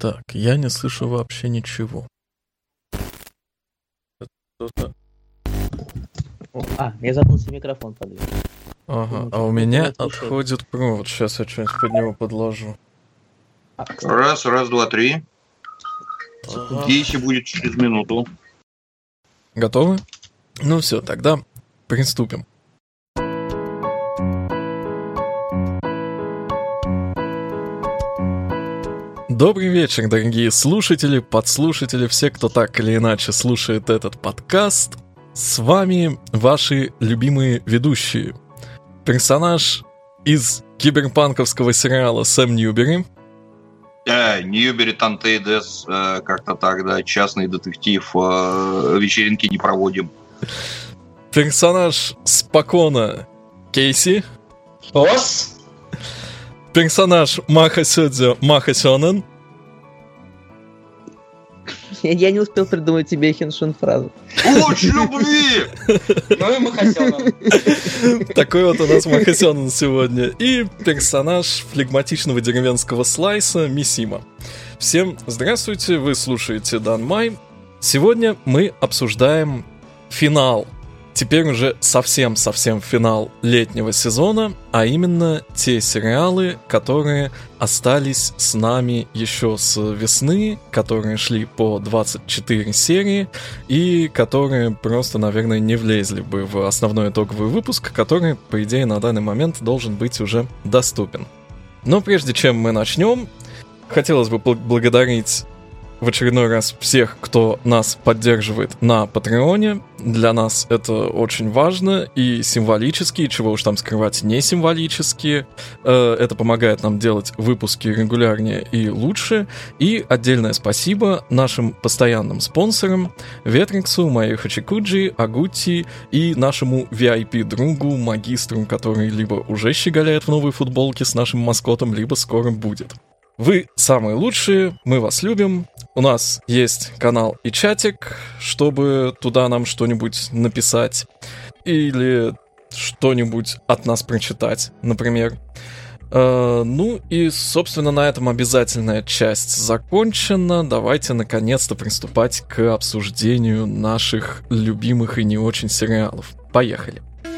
Так, я не слышу вообще ничего. Я забыл себе микрофон подвинуть. Ага, а у меня отходит провод. Сейчас я что-нибудь под него подложу. Раз, два, три. Ага. Кейси будет через минуту. Готовы? Ну все, тогда приступим. Добрый вечер, дорогие слушатели, подслушатели, все, кто так или иначе слушает этот подкаст. С вами ваши любимые ведущие. Персонаж из киберпанковского сериала Сэм Ньюбери. Ньюбери Тантейдес, как-то так, да, частный детектив, вечеринки не проводим. Персонаж Спокона Кейси. Ос. Персонаж Маха Сёдзё Маха Сёнэн. Я не успел придумать тебе хиншин фразу. Луч любви! Ну и Махасёнэн. Такой вот у нас Маха Сёнэн сегодня. И персонаж флегматичного деревенского слайса Мисима. Всем здравствуйте, вы слушаете Данмай. Сегодня мы обсуждаем финал. Теперь уже совсем финал летнего сезона, а именно те сериалы, которые остались с нами еще с весны, которые шли по 24 серии и которые просто, наверное, не влезли бы в основной итоговый выпуск, который, по идее, на данный момент должен быть уже доступен. Но прежде чем мы начнем, хотелось бы поблагодарить в очередной раз всех, кто нас поддерживает на Патреоне. Для нас это очень важно и символически, и чего уж там скрывать, не символически. Это помогает нам делать выпуски регулярнее и лучше. И отдельное спасибо нашим постоянным спонсорам Ветриксу, Майи Хачикуджи, Агути и нашему VIP-другу, магистру, который либо уже щеголяет в новой футболке с нашим маскотом, либо скоро будет. Вы самые лучшие, мы вас любим. У нас есть канал и чатик, чтобы туда нам что-нибудь написать или что-нибудь от нас прочитать, например. Ну и, собственно, на этом обязательная часть закончена. Давайте наконец-то приступать к обсуждению наших любимых и не очень сериалов. Поехали!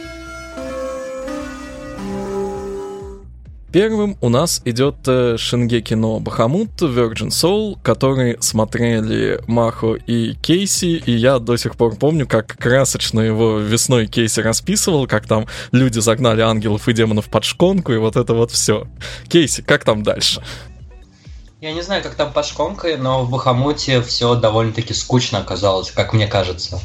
Первым у нас идет Шингеки но Бахамут, Virgin Soul, который смотрели Махо и Кейси, и я до сих пор помню, как красочно его весной Кейси расписывал, как там люди загнали ангелов и демонов под шконку, и вот это вот все. Кейси, как там дальше? Я не знаю, как там под шконкой, но в Бахамуте все довольно-таки скучно оказалось, как мне кажется.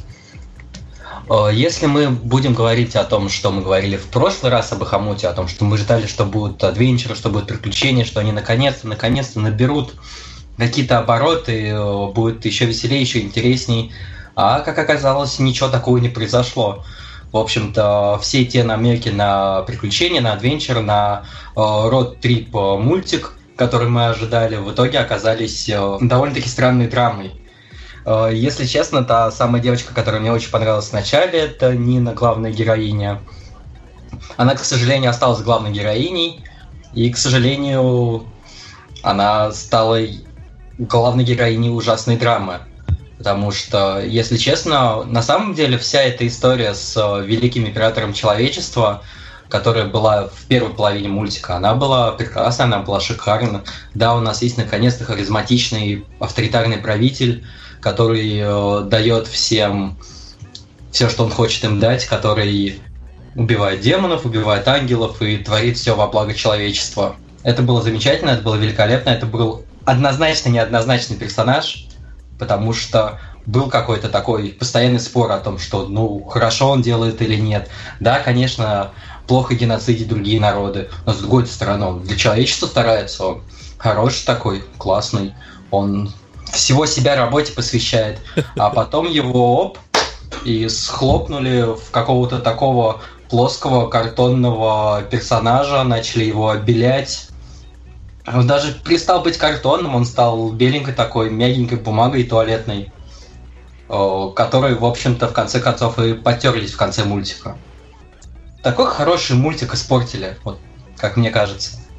Если мы будем говорить о том, что мы говорили в прошлый раз о Бахамуте, о том, что мы ждали, что будут адвенчеры, что будут приключения, что они наконец-то наберут какие-то обороты, будет еще веселее, еще интересней, а как оказалось, ничего такого не произошло. В общем-то, все те намеки на приключения, на адвенчер, на род-трип мультик, который мы ожидали, в итоге оказались довольно-таки странной драмой. Если честно, та самая девочка, которая мне очень понравилась в начале, это Нина, главная героиня. Она, к сожалению, осталась главной героиней, и, к сожалению, она стала главной героиней ужасной драмы. Потому что, если честно, на самом деле вся эта история с великим императором человечества, которая была в первой половине мультика, она была прекрасна, она была шикарна. Да, у нас есть наконец-то харизматичный авторитарный правитель, который дает всем все, что он хочет им дать, который убивает демонов, убивает ангелов и творит все во благо человечества. Это было замечательно, это было великолепно, это был однозначно неоднозначный персонаж, потому что был какой-то такой постоянный спор о том, что, хорошо он делает или нет. Да, конечно, плохо геноцидить другие народы, но с другой стороны, он для человечества старается, он хороший такой, классный, он всего себя работе посвящает, а потом его и схлопнули в какого-то такого плоского картонного персонажа, начали его обелять. Он даже перестал быть картонным, он стал беленькой такой, мягенькой бумагой туалетной, которой, в общем-то, в конце концов и потерлись в конце мультика. Такой хороший мультик испортили, вот, как мне кажется.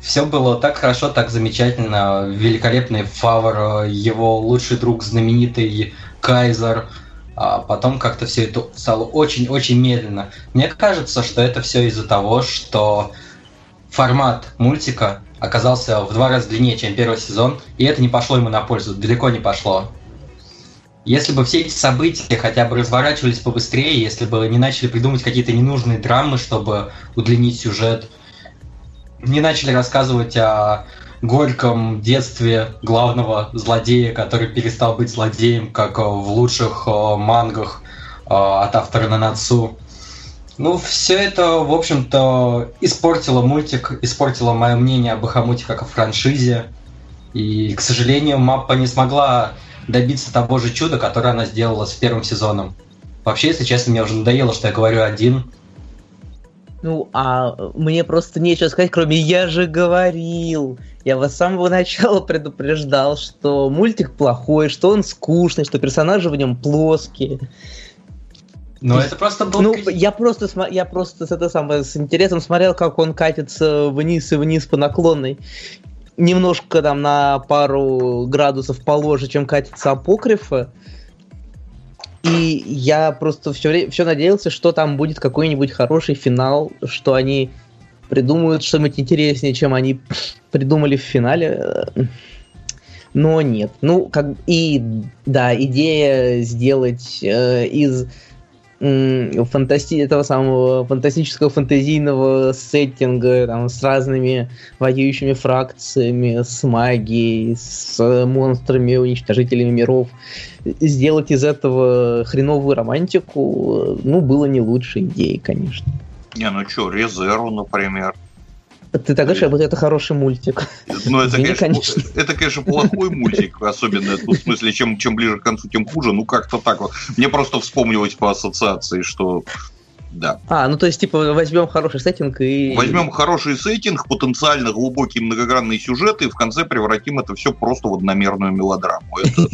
Все было так хорошо, так замечательно. Великолепный Фавр, его лучший друг, знаменитый Кайзер. А потом как-то все это стало очень-очень медленно. Мне кажется, что это все из-за того, что формат мультика оказался в 2 раза длиннее, чем первый сезон, и это не пошло ему на пользу, далеко не пошло. Если бы все эти события хотя бы разворачивались побыстрее, если бы не начали придумывать какие-то ненужные драмы, чтобы удлинить сюжет, не начали рассказывать о горьком детстве главного злодея, который перестал быть злодеем, как в лучших мангах от автора Нанацу. Ну, все это, в общем-то, испортило мультик, испортило мое мнение об Бахамуте как о франшизе. И, к сожалению, Маппа не смогла добиться того же чуда, которое она сделала с первым сезоном. Вообще, если честно, мне уже надоело, что я говорю один. Ну, а мне просто нечего сказать, кроме «я же говорил». Я вас с самого начала предупреждал, что мультик плохой, что он скучный, что персонажи в нем плоские. Но это просто был... Ну, я просто с интересом смотрел, как он катится вниз и вниз по наклонной. Немножко там на пару градусов положе, чем катится Апокрифа. И я просто все надеялся, что там будет какой-нибудь хороший финал, что они придумают что-нибудь интереснее, чем они придумали в финале. Но нет. Ну, идея сделать из этого самого фантастического фэнтезийного сеттинга там, с разными воюющими фракциями, с магией, с монстрами, уничтожителями миров, сделать из этого хреновую романтику, было не лучшей идеей, конечно. Не, ну что, Резеру, например. Ты так говоришь, будто это хороший мультик. Ну, это, конечно, плохой мультик, особенно, в смысле, чем ближе к концу, тем хуже. Ну, как-то так вот. Мне просто вспомнилось по ассоциации, что... Да. То есть, возьмем хороший сеттинг и... Возьмем хороший сеттинг, потенциально глубокий многогранный сюжет, и в конце превратим это все просто в одномерную мелодраму.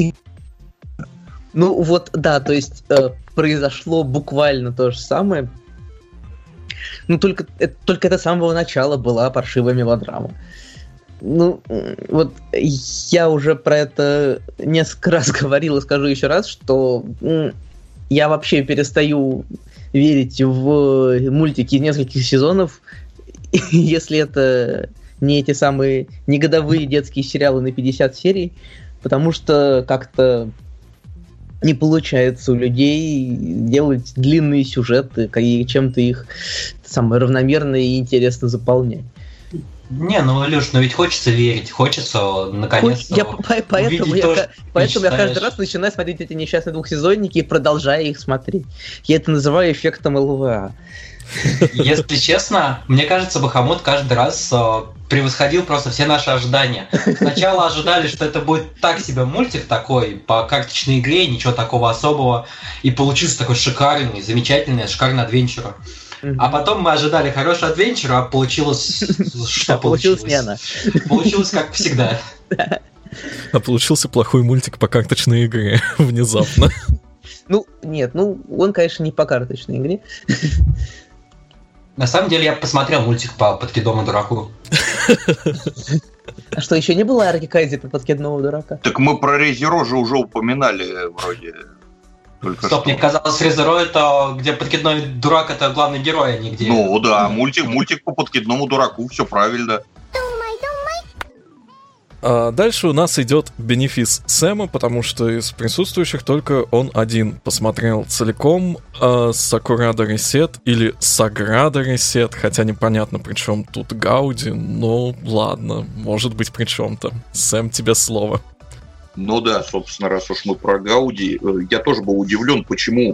Ну, вот, да, то есть, произошло буквально то же самое. Ну, только это с самого начала была паршивая мелодрама. Ну, вот я уже про это несколько раз говорил и скажу еще раз, что я вообще перестаю верить в мультики нескольких сезонов, если это не эти самые негодовые детские сериалы на 50 серий, потому что как-то не получается у людей делать длинные сюжеты, и чем-то их равномерно и интересно заполнять. Не, Илюш, ведь хочется верить, хочется наконец-то Поэтому я каждый раз начинаю смотреть эти несчастные двухсезонники и продолжаю их смотреть. Я это называю эффектом ЛВА. Если честно, мне кажется, Бахамут каждый раз превосходил просто все наши ожидания. Сначала ожидали, что это будет так себе мультик такой, по карточной игре, ничего такого особого, и получился такой шикарный, замечательный, шикарный адвенчур. А потом мы ожидали хороший адвенчур, а получилось... Что получилось? Не она. Получилось как всегда. А получился плохой мультик по карточной игре внезапно. Он, конечно, не по карточной игре. На самом деле, я посмотрел мультик по подкидному дураку. А что, еще не было Арки Кайдзи про подкидного дурака? Так мы про Резеро же уже упоминали вроде. Стоп, мне казалось, Резеро это где подкидной дурак, это главный герой, а не где... Ну да, мультик по подкидному дураку, все правильно. А дальше у нас идет бенефис Сэма, потому что из присутствующих только он один посмотрел целиком Сакурада Ресет или Саграда Ресет, хотя непонятно, при чем тут Гауди, но ладно, может быть, при чем-то. Сэм, тебе слово. Ну да, собственно, раз уж мы про Гауди, я тоже был удивлен, почему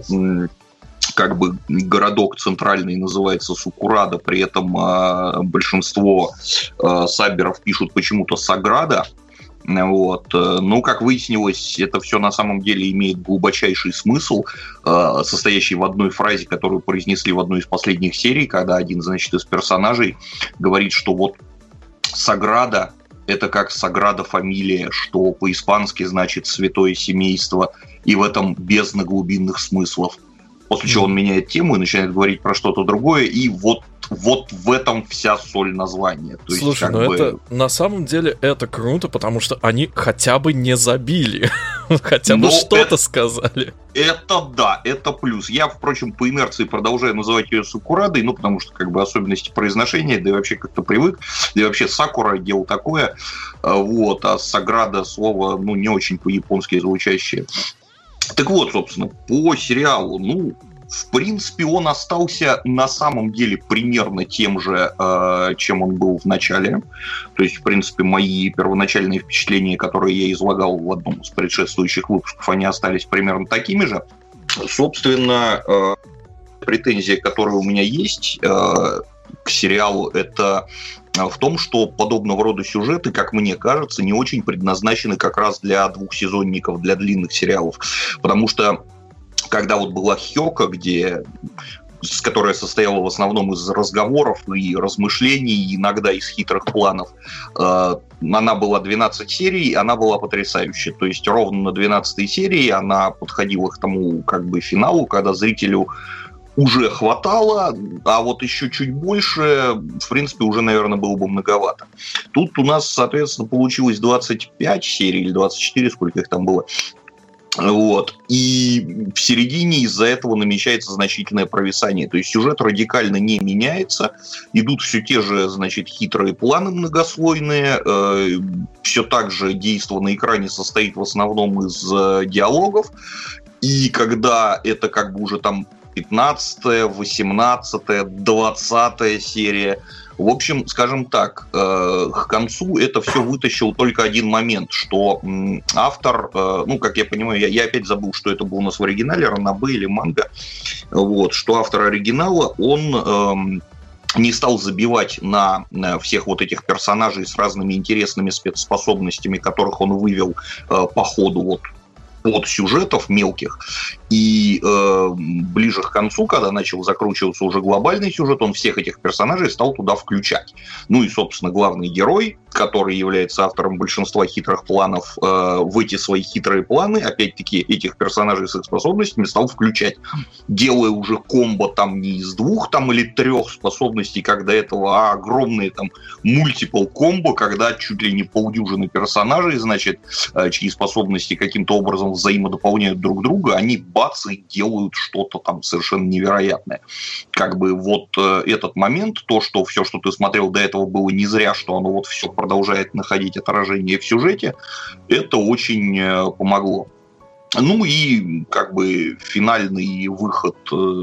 городок центральный называется Сакурада, при этом большинство сабберов пишут почему-то Саграда. Вот. Но, как выяснилось, это все на самом деле имеет глубочайший смысл, состоящий в одной фразе, которую произнесли в одной из последних серий, когда один, из персонажей говорит, что вот Саграда — это как Саграда фамилия, что по-испански значит «святое семейство», и в этом бездна глубинных смыслов. После чего он меняет тему и начинает говорить про что-то другое, и вот в этом вся соль названия. То Слушай, есть, это на самом деле это круто, потому что они хотя бы не забили, хотя бы что-то сказали. Это да, это плюс. Я, впрочем, по инерции продолжаю называть ее Сакурадой, потому что особенности произношения, да и вообще как-то привык, да и вообще Сакура дело такое, а Саграда слово, не очень по-японски звучащее. Так вот, собственно, по сериалу, в принципе, он остался на самом деле примерно тем же, чем он был в начале. То есть, в принципе, мои первоначальные впечатления, которые я излагал в одном из предшествующих выпусков, они остались примерно такими же. Собственно, претензия, которая у меня есть к сериалу, это в том, что подобного рода сюжеты, как мне кажется, не очень предназначены как раз для двухсезонников, для длинных сериалов. Потому что когда была Хёка, которая состояла в основном из разговоров и размышлений, иногда из хитрых планов, она была 12 серий, она была потрясающая. То есть ровно на 12 серии она подходила к тому финалу, когда зрителю уже хватало, а еще чуть больше, в принципе, уже, наверное, было бы многовато. Тут у нас, соответственно, получилось 25 серий или 24, сколько их там было. И в середине из-за этого намечается значительное провисание. То есть сюжет радикально не меняется. Идут все те же, хитрые планы многослойные. Все так же действо на экране состоит в основном из диалогов. И когда это уже 15-я, 18-я, 20-я серия, в общем, скажем так, к концу это все вытащил только один момент, что автор, как я понимаю, я опять забыл, что это было у нас в оригинале, ранобэ или манга, что автор оригинала, он не стал забивать на всех этих персонажей с разными интересными спецспособностями, которых он вывел по ходу от сюжетов мелких. И ближе к концу, когда начал закручиваться уже глобальный сюжет, он всех этих персонажей стал туда включать. И, собственно, главный герой, который является автором большинства хитрых планов, в эти свои хитрые планы, опять-таки, этих персонажей с их способностями стал включать, делая уже комбо не из 2 или 3 способностей, как до этого, а огромные мультипл комбо, когда чуть ли не полдюжины персонажей, чьи способности каким-то образом взаимодополняют друг друга, они бац и делают что-то совершенно невероятное. Этот момент, то, что все, что ты смотрел до этого, было не зря, что оно все продолжает находить отражение в сюжете, это очень помогло. И финальный выход,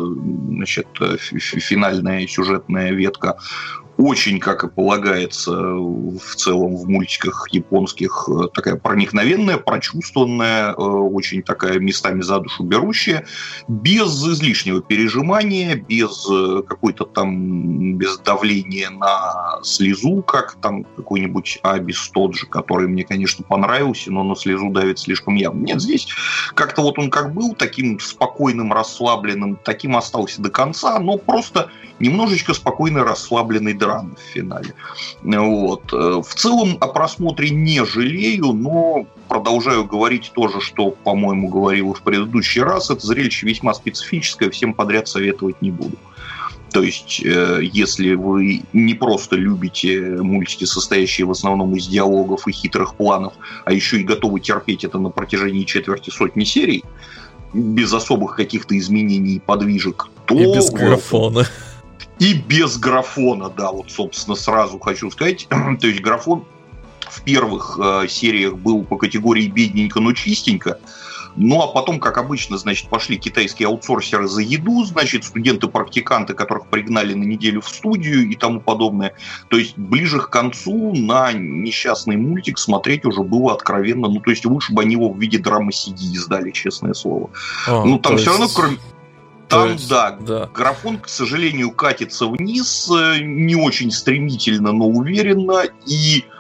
финальная сюжетная ветка очень, как и полагается в целом в мультиках японских, такая проникновенная, прочувствованная, очень такая местами за душу берущая, без излишнего пережимания, без без давления на слезу, как какой-нибудь Абис тот же, который мне, конечно, понравился, но на слезу давит слишком явно. Нет, здесь как-то он был таким спокойным, расслабленным, таким остался до конца, но просто немножечко спокойной, расслабленной драмы в финале. В целом о просмотре не жалею, но продолжаю говорить то же, что, по-моему, говорил в предыдущий раз. Это зрелище весьма специфическое, всем подряд советовать не буду. То есть, если вы не просто любите мультики, состоящие в основном из диалогов и хитрых планов, а еще и готовы терпеть это на протяжении четверти сотни серий, без особых каких-то изменений и подвижек, то... И без графона. И без графона, да, собственно, сразу хочу сказать. То есть графон в первых сериях был по категории бедненько, но чистенько. А потом, как обычно, пошли китайские аутсорсеры за еду, студенты-практиканты, которых пригнали на неделю в студию и тому подобное. То есть ближе к концу на несчастный мультик смотреть уже было откровенно. То есть лучше бы они его в виде драмы CD издали, честное слово. Там все равно, кроме... Там, да, графон, к сожалению, катится вниз не очень стремительно, но уверенно, и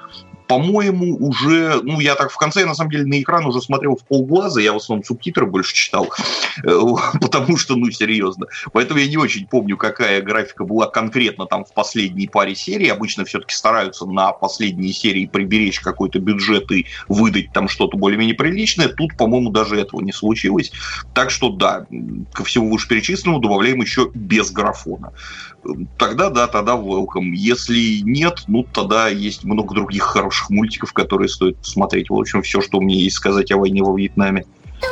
по-моему, уже, я так в конце, на самом деле, на экран уже смотрел в полглаза, я в основном субтитры больше читал, потому что, серьезно. Поэтому я не очень помню, какая графика была конкретно там в последней паре серий. Обычно все-таки стараются на последние серии приберечь какой-то бюджет и выдать там что-то более-менее приличное. Тут, по-моему, даже этого не случилось. Так что, да, ко всему вышеперечисленному добавляем еще без графона. Тогда welcome. Если нет, тогда есть много других хороших мультиков, которые стоит посмотреть. В общем, все, что у меня есть сказать о войне во Вьетнаме.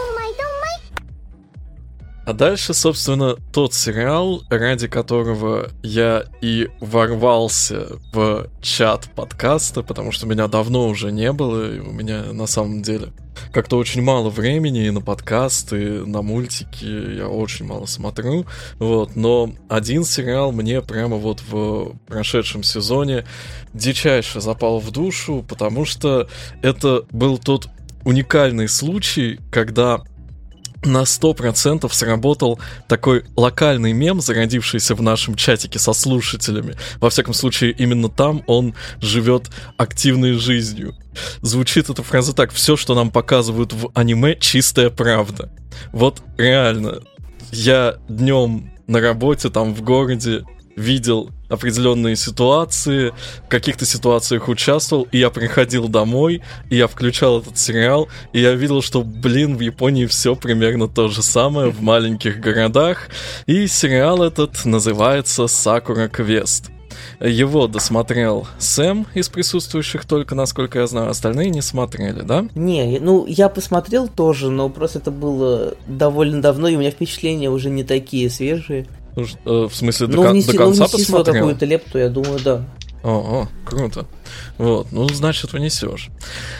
А дальше, собственно, тот сериал, ради которого я и ворвался в чат подкаста, потому что меня давно уже не было, и у меня на самом деле как-то очень мало времени и на подкасты, на мультики, я очень мало смотрю, но один сериал мне прямо в прошедшем сезоне дичайше запал в душу, потому что это был тот уникальный случай, когда на 100% сработал такой локальный мем, зародившийся в нашем чатике со слушателями. Во всяком случае, именно там он живет активной жизнью. Звучит эта фраза так: все, что нам показывают в аниме, чистая правда. Реально, я днем на работе, там в городе, видел определенные ситуации, в каких-то ситуациях участвовал, и я приходил домой, и я включал этот сериал, и я видел, что, в Японии все примерно то же самое в маленьких городах, и сериал этот называется «Сакура Квест». Его досмотрел Сэм из присутствующих только, насколько я знаю, остальные не смотрели, да? Не, я посмотрел тоже, но просто это было довольно давно, и у меня впечатления уже не такие свежие. В смысле, до конца посмотрел? Какую-то лепту, я думаю, да. Круто. Значит, унесешь.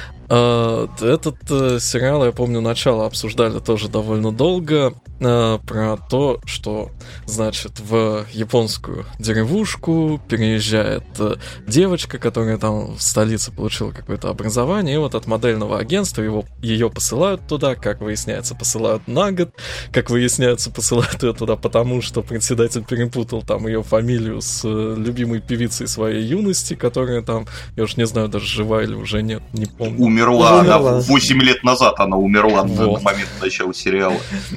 Этот сериал, я помню, начало обсуждали тоже довольно долго, про то, что, значит, в японскую деревушку переезжает девочка, которая там в столице получила какое-то образование, и от модельного агентства ее посылают туда, как выясняется, посылают на год, как выясняется, посылают ее туда потому, что председатель перепутал там ее фамилию с любимой певицей своей юности, которая там, я уж не знаю, даже жива или уже нет, не помню. Умерла. Она 8 лет назад она умерла на момент начала сериала.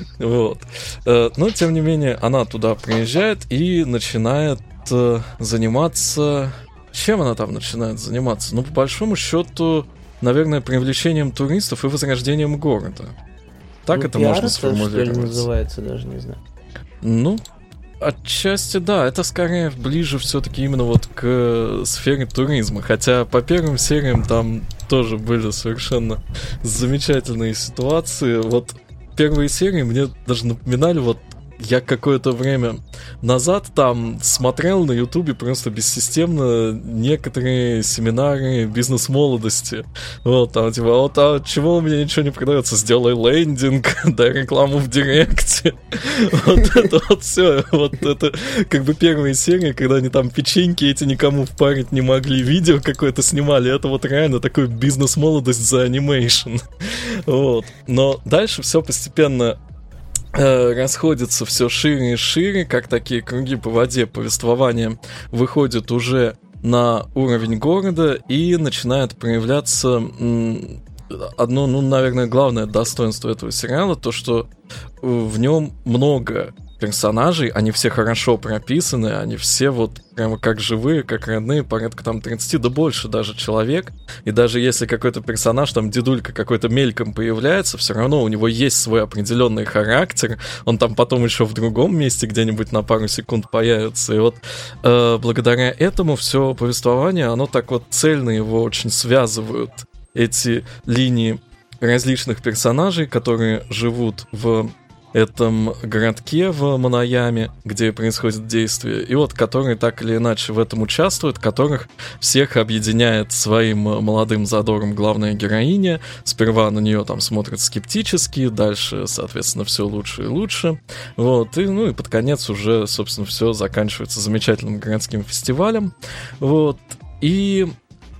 Но, тем не менее, она туда приезжает и начинает заниматься... Чем она там начинает заниматься? По большому счету, наверное, привлечением туристов и возрождением города. Так это можно сформулировать. Что ли называется, даже не знаю. Отчасти, да, это скорее ближе все-таки именно к сфере туризма. Хотя по первым сериям там тоже были совершенно замечательные ситуации. Первые серии мне даже напоминали, я какое-то время назад там смотрел на Ютубе просто бессистемно некоторые семинары бизнес-молодости. Там чего у меня ничего не продается? Сделай лендинг, дай рекламу в Директе. Это все. Это как бы первые серии, когда они там печеньки эти никому впарить не могли, видео какое-то снимали. Это реально такой бизнес-молодость за анимейшн. Но дальше все постепенно расходится все шире и шире, как такие круги по воде. Повествование выходит уже на уровень города и начинает проявляться одно, наверное, главное достоинство этого сериала, то, что в нем много персонажей, они все хорошо прописаны, они все прямо как живые, как родные, порядка там 30, да больше даже человек, и даже если какой-то персонаж, там дедулька какой-то мельком появляется, все равно у него есть свой определенный характер, он там потом еще в другом месте где-нибудь на пару секунд появится, и благодаря этому все повествование, оно так цельно его очень связывают, эти линии различных персонажей, которые живут в этом городке в Монаяме, где происходит действие, и которые так или иначе в этом участвуют, которых всех объединяет своим молодым задором главная героиня. Сперва на нее там смотрят скептически, дальше, соответственно, все лучше и лучше. И под конец уже, собственно, все заканчивается замечательным городским фестивалем. И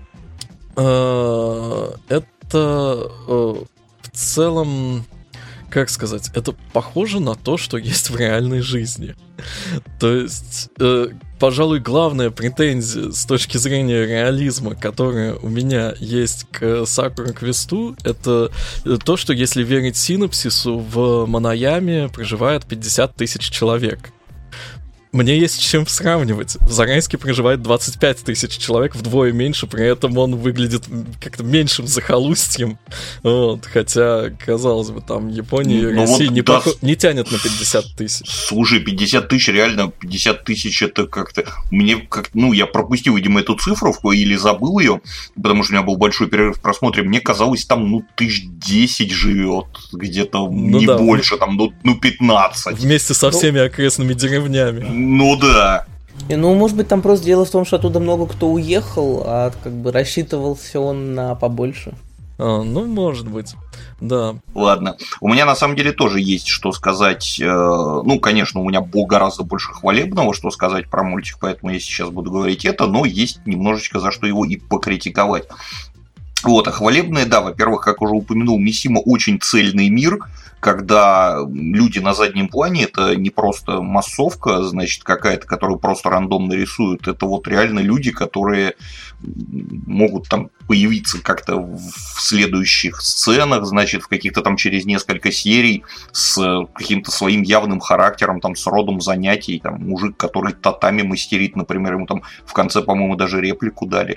это в целом как сказать, это похоже на то, что есть в реальной жизни. То есть, пожалуй, главная претензия с точки зрения реализма, которая у меня есть к Сакура Квесту, это то, что, если верить синопсису, в Монаяме проживает 50 тысяч человек. Мне есть с чем сравнивать. В Зарайске проживает 25 тысяч человек, вдвое меньше, при этом он выглядит как-то меньшим захолустьем. Вот. Хотя, казалось бы, там Япония и Россия не тянет на 50 тысяч. Слушай, 50 тысяч, реально, 50 тысяч это как-то... я пропустил, видимо, эту цифровку или забыл ее, потому что у меня был большой перерыв в просмотре. Мне казалось, там, 1010 живет, где-то больше, там, 15. Вместе со всеми окрестными деревнями. Да. Может быть, там просто дело в том, что оттуда много кто уехал, а как бы рассчитывался он на побольше. Может быть, да. Ладно. У меня на самом деле тоже есть что сказать. Конечно, у меня гораздо больше хвалебного, что сказать про мультик, поэтому я сейчас буду говорить это, но есть немножечко за что его и покритиковать. А хвалебное, да, во-первых, как уже упомянул, Мисима очень цельный мир, когда люди на заднем плане, это не просто массовка, значит, какая-то, которую просто рандомно рисуют, это реально люди, которые могут там появиться как-то в следующих сценах, значит, в каких-то там через несколько серий с каким-то своим явным характером, там, с родом занятий, там, мужик, который татами мастерит, например, ему там в конце, по-моему, даже реплику дали.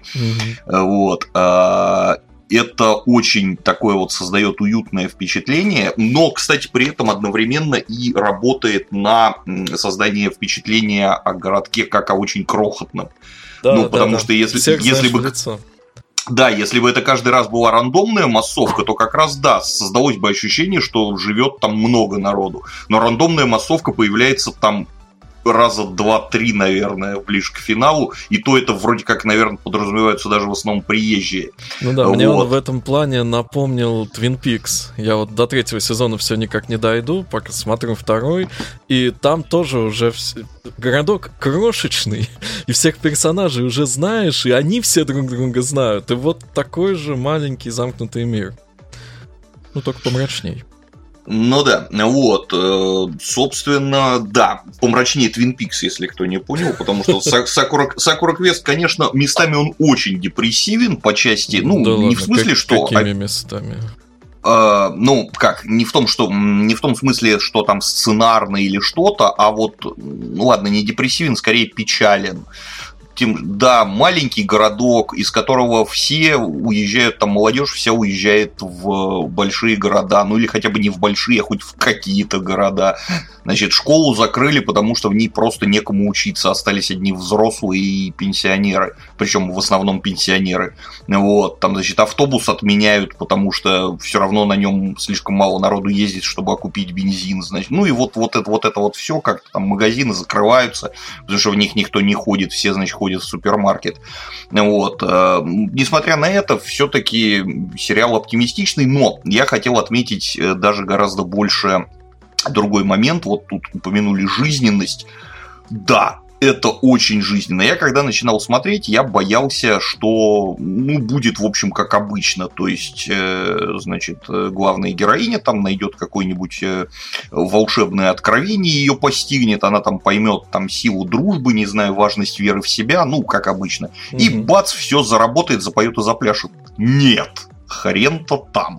Это очень такое создает уютное впечатление, но, кстати, при этом одновременно и работает на создание впечатления о городке как о очень крохотном. Потому что если бы... Да, если бы это каждый раз была рандомная массовка, то как раз, да, создалось бы ощущение, что живет там много народу. Но рандомная массовка появляется там раза 2-3, наверное, ближе к финалу, и то это вроде как, наверное, подразумеваются даже в основном приезжие. Мне он в этом плане напомнил Twin Peaks. Я до 3-го сезона все никак не дойду, пока смотрю 2-й, и там тоже уже городок крошечный, и всех персонажей уже знаешь, и они все друг друга знают, и такой же маленький замкнутый мир. Только помрачней. Собственно, да, помрачнее Twin Peaks, если кто не понял, потому что Sakura Quest, конечно, местами он очень депрессивен по части, не в смысле, что... Какими местами? Не в том смысле, что там сценарно или что-то, а не депрессивен, скорее печален. Да, маленький городок, из которого все уезжают, там молодежь вся уезжает в большие города, или хотя бы не в большие, а хоть в какие-то города. Значит, школу закрыли, потому что в ней просто некому учиться, остались одни взрослые и пенсионеры, причем в основном пенсионеры. Там, значит, автобус отменяют, потому что все равно на нем слишком мало народу ездит, чтобы окупить бензин, значит. Это все, как-то там магазины закрываются, потому что в них никто не ходит, все, значит, ходят в супермаркет. Несмотря на это, все-таки сериал оптимистичный, но я хотел отметить даже гораздо больше другой момент. Тут упомянули жизненность. Да, это очень жизненно. Я когда начинал смотреть, я боялся, что будет, в общем, как обычно. То есть, главная героиня там найдет какое-нибудь волшебное откровение, ее постигнет, она там поймет там силу дружбы, не знаю, важность веры в себя, как обычно. И бац, все заработает, запоет и запляшет. Нет. Хрен-то там.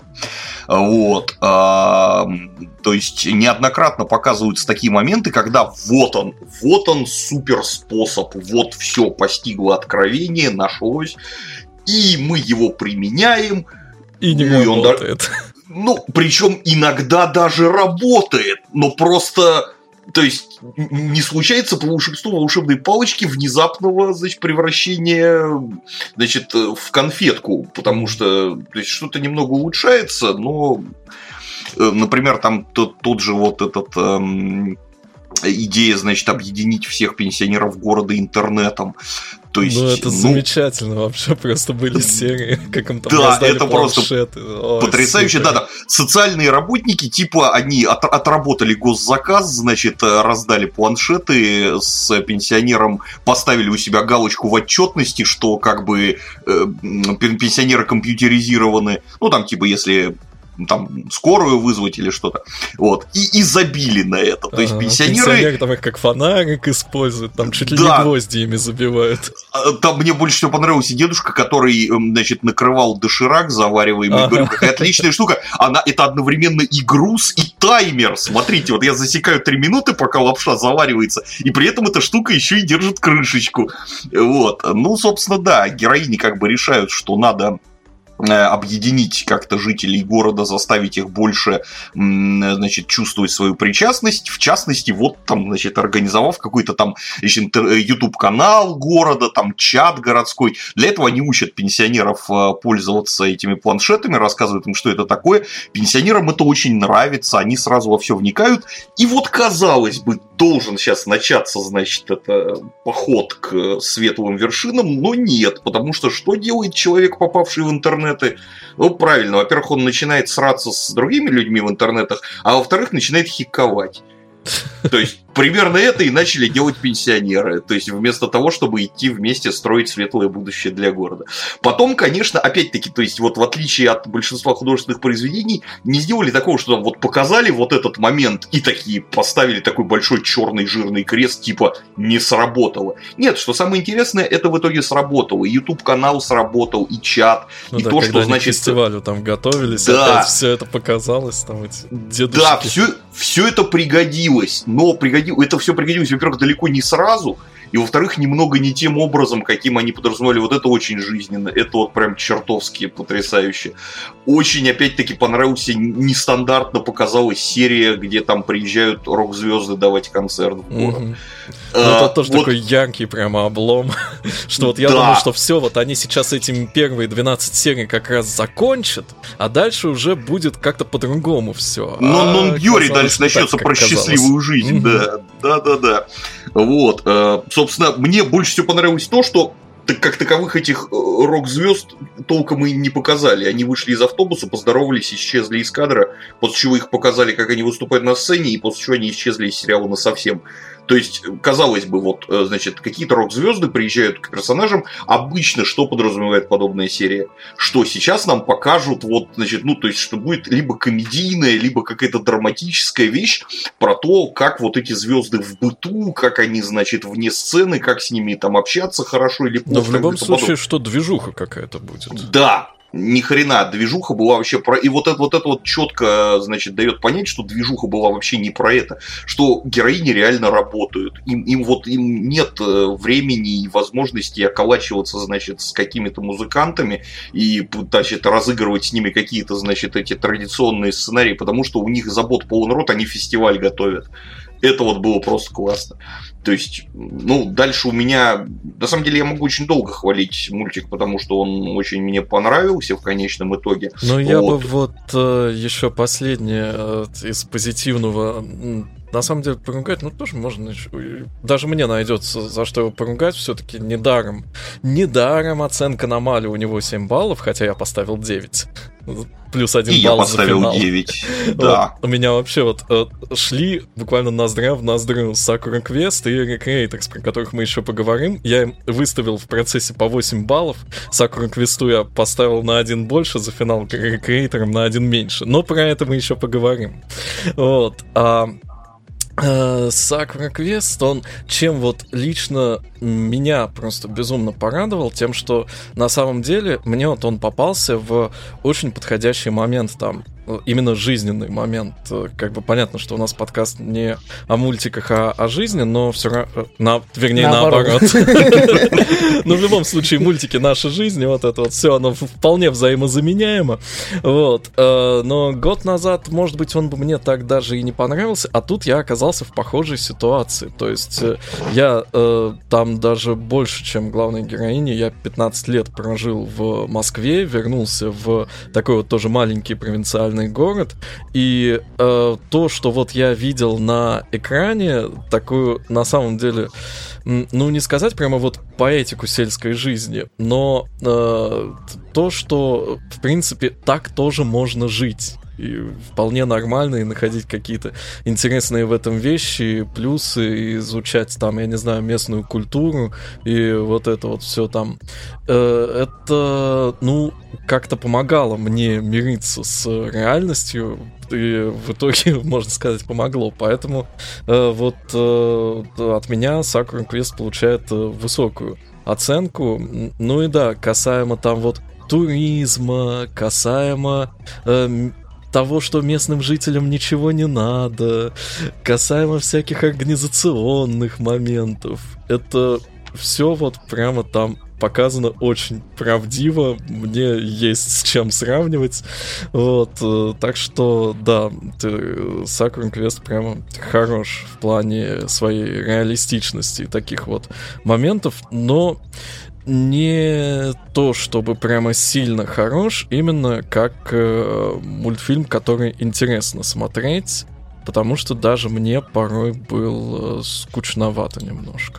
То есть неоднократно показываются такие моменты, когда вот он супер способ, все постигло откровение, нашлось, и мы его применяем. И не работает. Причем иногда даже работает, но просто... То есть не случается по волшебству волшебной палочки внезапного, превращения, в конфетку, потому что что-то немного улучшается, но, например, там тот же идея, объединить всех пенсионеров города интернетом. То есть, это замечательно вообще, просто были серии, как им там раздали это планшеты. Просто потрясающе, да. Социальные работники, они отработали госзаказ, раздали планшеты с пенсионером, поставили у себя галочку в отчетности, что пенсионеры компьютеризированы. Если там скорую вызвать или что-то. Вот. И забили на это. То есть пенсионеры там их как фонарик используют, там чуть ли не гвозди ими забивают. Там мне больше всего понравился дедушка, который, значит, накрывал доширак завариваемый. Я говорю, какая отличная штука. Это одновременно и груз, и таймер. Смотрите, вот я засекаю 3 минуты, пока лапша заваривается, и при этом эта штука еще и держит крышечку. Вот. Ну, собственно, да, героини как бы решают, что надо объединить как-то жителей города, заставить их больше, значит, чувствовать свою причастность. В частности, вот там, значит, организовав какой-то там YouTube-канал города, там чат городской. Для этого они учат пенсионеров пользоваться этими планшетами, рассказывают им, что это такое. Пенсионерам это очень нравится, они сразу во все вникают. И вот, казалось бы, должен сейчас начаться, значит, это поход к светлым вершинам, но нет, потому что что делает человек, попавший в интернеты? Ну, правильно, во-первых, он начинает сраться с другими людьми в интернетах, а во-вторых, начинает хиковать. То есть, примерно это и начали делать пенсионеры. То есть, вместо того, чтобы идти вместе строить светлое будущее для города. Потом, конечно, опять-таки, то есть, вот в отличие от большинства художественных произведений, не сделали такого, что там вот показали вот этот момент и такие поставили такой большой черный жирный крест, типа не сработало. Нет, что самое интересное, это в итоге сработало. И YouTube-канал сработал, и чат, ну и да, то, что, значит... к фестивалю там готовились, да, опять все это показалось, там эти дедушки. Да, все это пригодилось, но это все пригодилось, во-первых, далеко не сразу, и, во-вторых, немного не тем образом, каким они подразумевали. Вот это очень жизненно, это вот прям чертовски потрясающе. Очень, опять-таки, понравился, нестандартно показалась серия, где там приезжают рок-звезды давать концерт в город. Это тоже такой яркий прямо облом, что вот я думаю, что все, вот они сейчас этими первые 12 серий как раз закончат, а дальше уже будет как-то по-другому все. Но Юрий дальше начнется про счастливую жизнь, да. Вот, собственно, мне больше всего понравилось то, что как таковых этих рок-звезд толком и не показали. Они вышли из автобуса, поздоровались, исчезли из кадра, после чего их показали, как они выступают на сцене, и после чего они исчезли из сериала насовсем. То есть, казалось бы, вот, значит, какие-то рок-звезды приезжают к персонажам. Обычно что подразумевает подобная серия? Что сейчас нам покажут, вот, значит, ну, то есть, что будет либо комедийная, либо какая-то драматическая вещь про то, как вот эти звезды в быту, как они, значит, вне сцены, как с ними там общаться хорошо или плохо. Но в любом случае, что движуха какая-то будет. Да. Ни хрена, движуха была вообще про... И вот это четко, значит, дает понять, что движуха была вообще не про это. Что героини реально работают. Им нет времени и возможности околачиваться, значит, с какими-то музыкантами и, значит, разыгрывать с ними какие-то, значит, эти традиционные сценарии, потому что у них забот полон рот, они фестиваль готовят. Это вот было просто классно. То есть, ну, дальше у меня... На самом деле, я могу очень долго хвалить мультик, потому что он очень мне понравился в конечном итоге. Но я бы вот еще последнее из позитивного... На самом деле, поругать, ну, тоже можно... Даже мне найдется, за что его поругать, все-таки недаром. Недаром оценка на Мале у него 7 баллов, хотя я поставил 9. Плюс 1 балл за финал. И я поставил 9, да. Вот, у меня вообще вот шли буквально ноздря в ноздрю Sakura Quest и Recreators, про которых мы еще поговорим. Я им выставил в процессе по 8 баллов. Sakura Quest я поставил на 1 больше, за финал Recreator на 1 меньше. Но про это мы еще поговорим. Вот. Sakura Quest, он чем вот лично меня просто безумно порадовал, тем, что на самом деле мне вот он попался в очень подходящий момент там, именно жизненный момент. Как бы понятно, что у нас подкаст не о мультиках, а о жизни, но все равно... Вернее, наоборот. Но в любом случае, мультики — наша жизнь, вот это вот все, оно вполне взаимозаменяемо. Вот. Но год назад, может быть, он бы мне так даже и не понравился, а тут я оказался в похожей ситуации. То есть я там даже больше, чем главная героиня, я 15 лет прожил в Москве, вернулся в такой вот тоже маленький провинциальный город, и то, что вот я видел на экране, такую, на самом деле, ну, не сказать прямо вот поэтику сельской жизни, но то, что, в принципе, так тоже можно жить. и вполне нормально, и находить какие-то интересные в этом вещи, плюсы, и изучать там, я не знаю, местную культуру, и вот это вот все там. Это, ну, как-то помогало мне мириться с реальностью, и в итоге, можно сказать, помогло. Поэтому от меня Sakura Quest получает высокую оценку. Ну и да, касаемо там вот туризма, касаемо того, что местным жителям ничего не надо, касаемо всяких организационных моментов. Это все вот прямо там показано очень правдиво, мне есть с чем сравнивать, вот, так что, да, Sakura Quest прямо хорош в плане своей реалистичности таких вот моментов, но не то, чтобы прямо сильно хорош, именно как мультфильм, который интересно смотреть, потому что даже мне порой был скучновато немножко.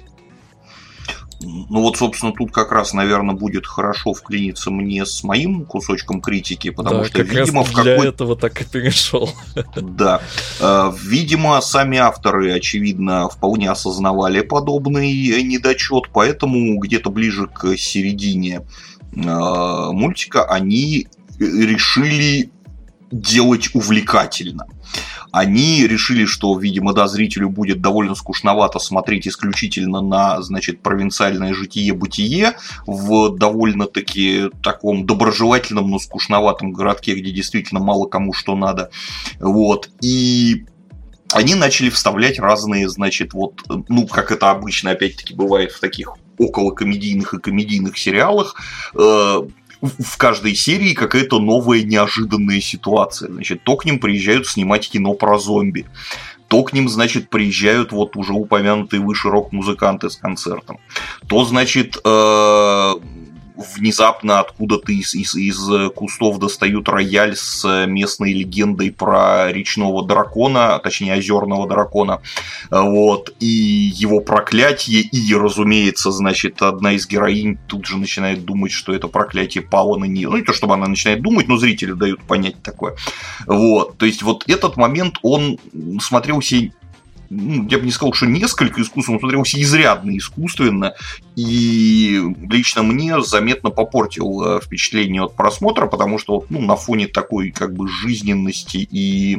Ну вот, собственно, тут как раз, наверное, будет хорошо вклиниться мне с моим кусочком критики, потому да, что, как видимо, раз для этого так и перешел. Да. Видимо, сами авторы, очевидно, вполне осознавали подобный недочет, поэтому где-то ближе к середине мультика они решили делать увлекательно. Они решили, что, видимо, да, зрителю будет довольно скучновато смотреть исключительно на, значит, провинциальное житие-бытие в довольно-таки таком доброжелательном, но скучноватом городке, где действительно мало кому что надо. Вот. И они начали вставлять разные, значит, вот, ну, как это обычно, опять-таки, бывает в таких околокомедийных и комедийных сериалах, в каждой серии какая-то новая неожиданная ситуация. Значит, то к ним приезжают снимать кино про зомби, то к ним, значит, приезжают вот уже упомянутые выше рок-музыканты с концертом, то, значит, внезапно откуда-то из кустов достают рояль с местной легендой про речного дракона, точнее озерного дракона, вот, и его проклятие, и, разумеется, значит, одна из героинь тут же начинает думать, что это проклятие пало на нее. Ну, не то, чтобы она начинает думать, но зрители дают понять такое. Вот, то есть, вот этот момент, он смотрелся, я бы не сказал, что несколько искусственно, он смотрелся изрядно искусственно, и лично мне заметно попортил впечатление от просмотра, потому что, ну, на фоне такой как бы жизненности и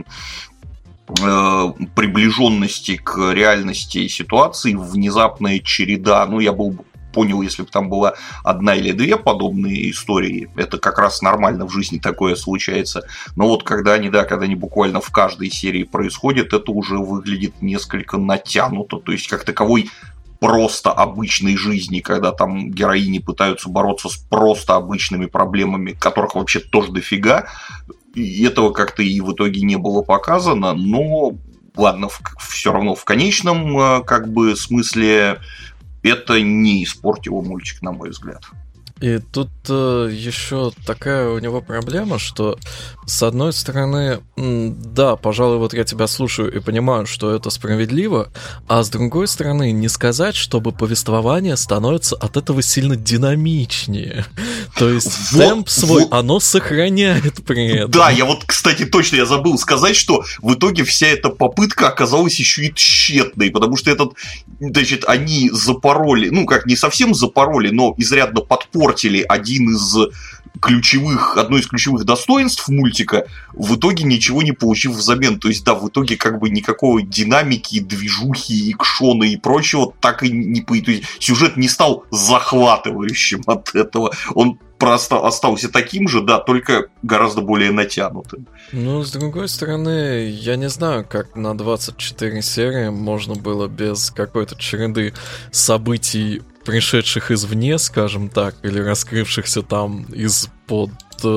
приближенности к реальности ситуации внезапная череда, ну, я был понял, если бы там была одна или две подобные истории, это как раз нормально в жизни такое случается, но вот когда они буквально в каждой серии происходят, это уже выглядит несколько натянуто, то есть как таковой просто обычной жизни, когда там героини пытаются бороться с просто обычными проблемами, которых вообще тоже дофига, и этого как-то и в итоге не было показано, но ладно, все равно в конечном как бы смысле это не испортило мультик, на мой взгляд. И тут еще такая у него проблема, что с одной стороны, да, пожалуй, вот я тебя слушаю и понимаю, что это справедливо, а с другой стороны, не сказать, чтобы повествование становится от этого сильно динамичнее. То есть темп свой оно сохраняет при этом. Да, я вот, кстати, точно я забыл сказать, что в итоге вся эта попытка оказалась еще и тщетной, потому что значит, они запороли, ну как, не совсем запороли, но изрядно подпортили одно из ключевых достоинств мультика, в итоге ничего не получив взамен. То есть, да, в итоге как бы никакой динамики, движухи, экшона и прочего так и не появилось. То есть, сюжет не стал захватывающим от этого. Он просто остался таким же, да, только гораздо более натянутым. Ну, с другой стороны, я не знаю, как на 24 серии можно было без какой-то череды событий, пришедших извне, скажем так, или раскрывшихся там из-под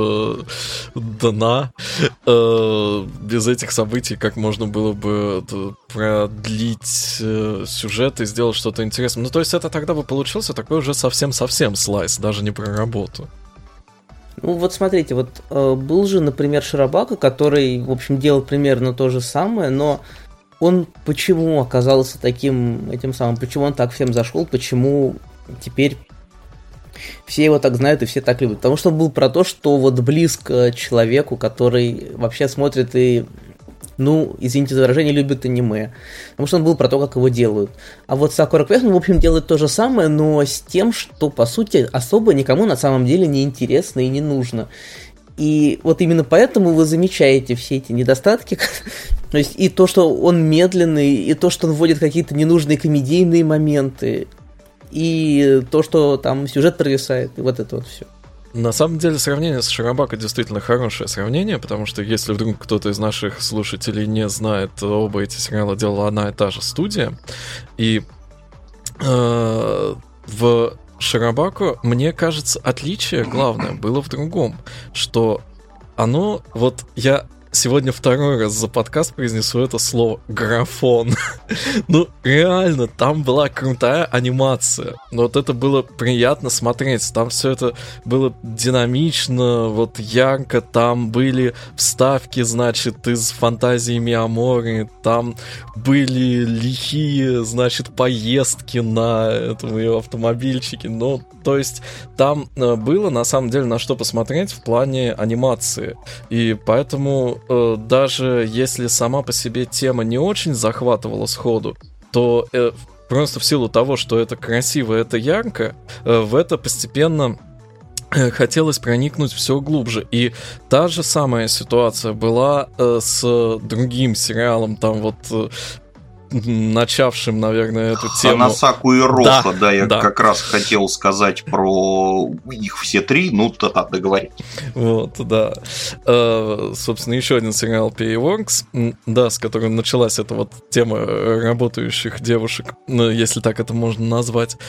дна, без этих событий, как можно было бы продлить сюжет и сделать что-то интересное. Ну, то есть это тогда бы получился такой уже совсем-совсем слайс, даже не про работу. Ну, вот смотрите, вот был же, например, Широбака, который, в общем, делал примерно то же самое, но он почему оказался таким, этим самым, почему он так всем зашел, почему теперь Все его так знают и все так любят. Потому что он был про то, что вот близко человеку, который вообще смотрит и, извините за выражение, любит аниме. Потому что он был про то, как его делают. А вот Sakura Quest, в общем, делает то же самое, но с тем, что, по сути, особо никому на самом деле не интересно и не нужно. И вот именно поэтому вы замечаете все эти недостатки. То есть и то, что он медленный, и то, что он вводит какие-то ненужные комедийные моменты, и то, что там сюжет провисает, и вот это вот все. На самом деле сравнение с Ширабако действительно хорошее сравнение, потому что если вдруг кто-то из наших слушателей не знает, оба эти сериала делала одна и та же студия, и в Ширабако, мне кажется, отличие главное было в другом, что оно, вот я сегодня второй раз за подкаст произнесу это слово «графон». Ну, реально, там была крутая анимация. Вот это было приятно смотреть. Там все это было динамично, вот ярко. Там были вставки, значит, из фантазии Миямори. Там были лихие, значит, поездки на этом ее автомобильчике. Ну, то есть там было, на самом деле, на что посмотреть в плане анимации. И поэтому даже если сама по себе тема не очень захватывала сходу, то просто в силу того, что это красиво, это ярко, в это постепенно хотелось проникнуть все глубже. И та же самая ситуация была с другим сериалом, там вот начавшим, наверное, эту тему. Ханасаку и Роха, да, я как раз хотел сказать про их все три, договори. Вот, да. Собственно, еще один сериал P.A.Works, да, с которым началась эта вот тема работающих девушек, если так это можно назвать.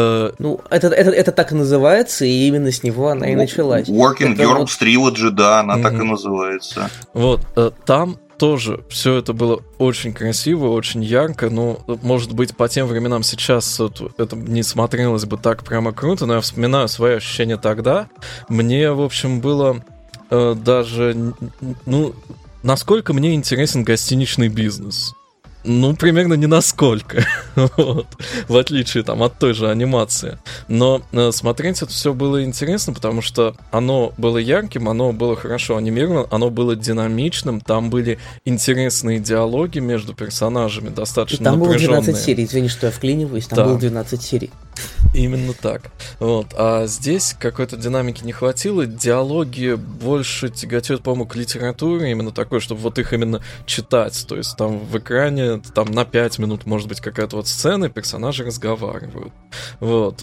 Это так и называется, и именно с него она и началась. Working Girls Trilogy, да, она так и называется. Вот, там тоже все это было очень красиво, очень ярко, но, может быть, по тем временам сейчас это не смотрелось бы так прямо круто, но я вспоминаю свои ощущения тогда. Мне, в общем, было даже... насколько мне интересен гостиничный бизнес? Примерно не насколько, вот, в отличие там от той же анимации. Но смотреть это все было интересно, потому что оно было ярким, оно было хорошо анимировано, оно было динамичным, там были интересные диалоги между персонажами, достаточно напряженные. Там было 12 серий, извини, что я вклиниваюсь, там было 12 серий. Именно так. Вот. А здесь какой-то динамики не хватило, диалоги больше тяготеют, по-моему, к литературе, именно такой, чтобы вот их именно читать. То есть там в экране там на 5 минут может быть какая-то вот сцена, и персонажи разговаривают. Вот.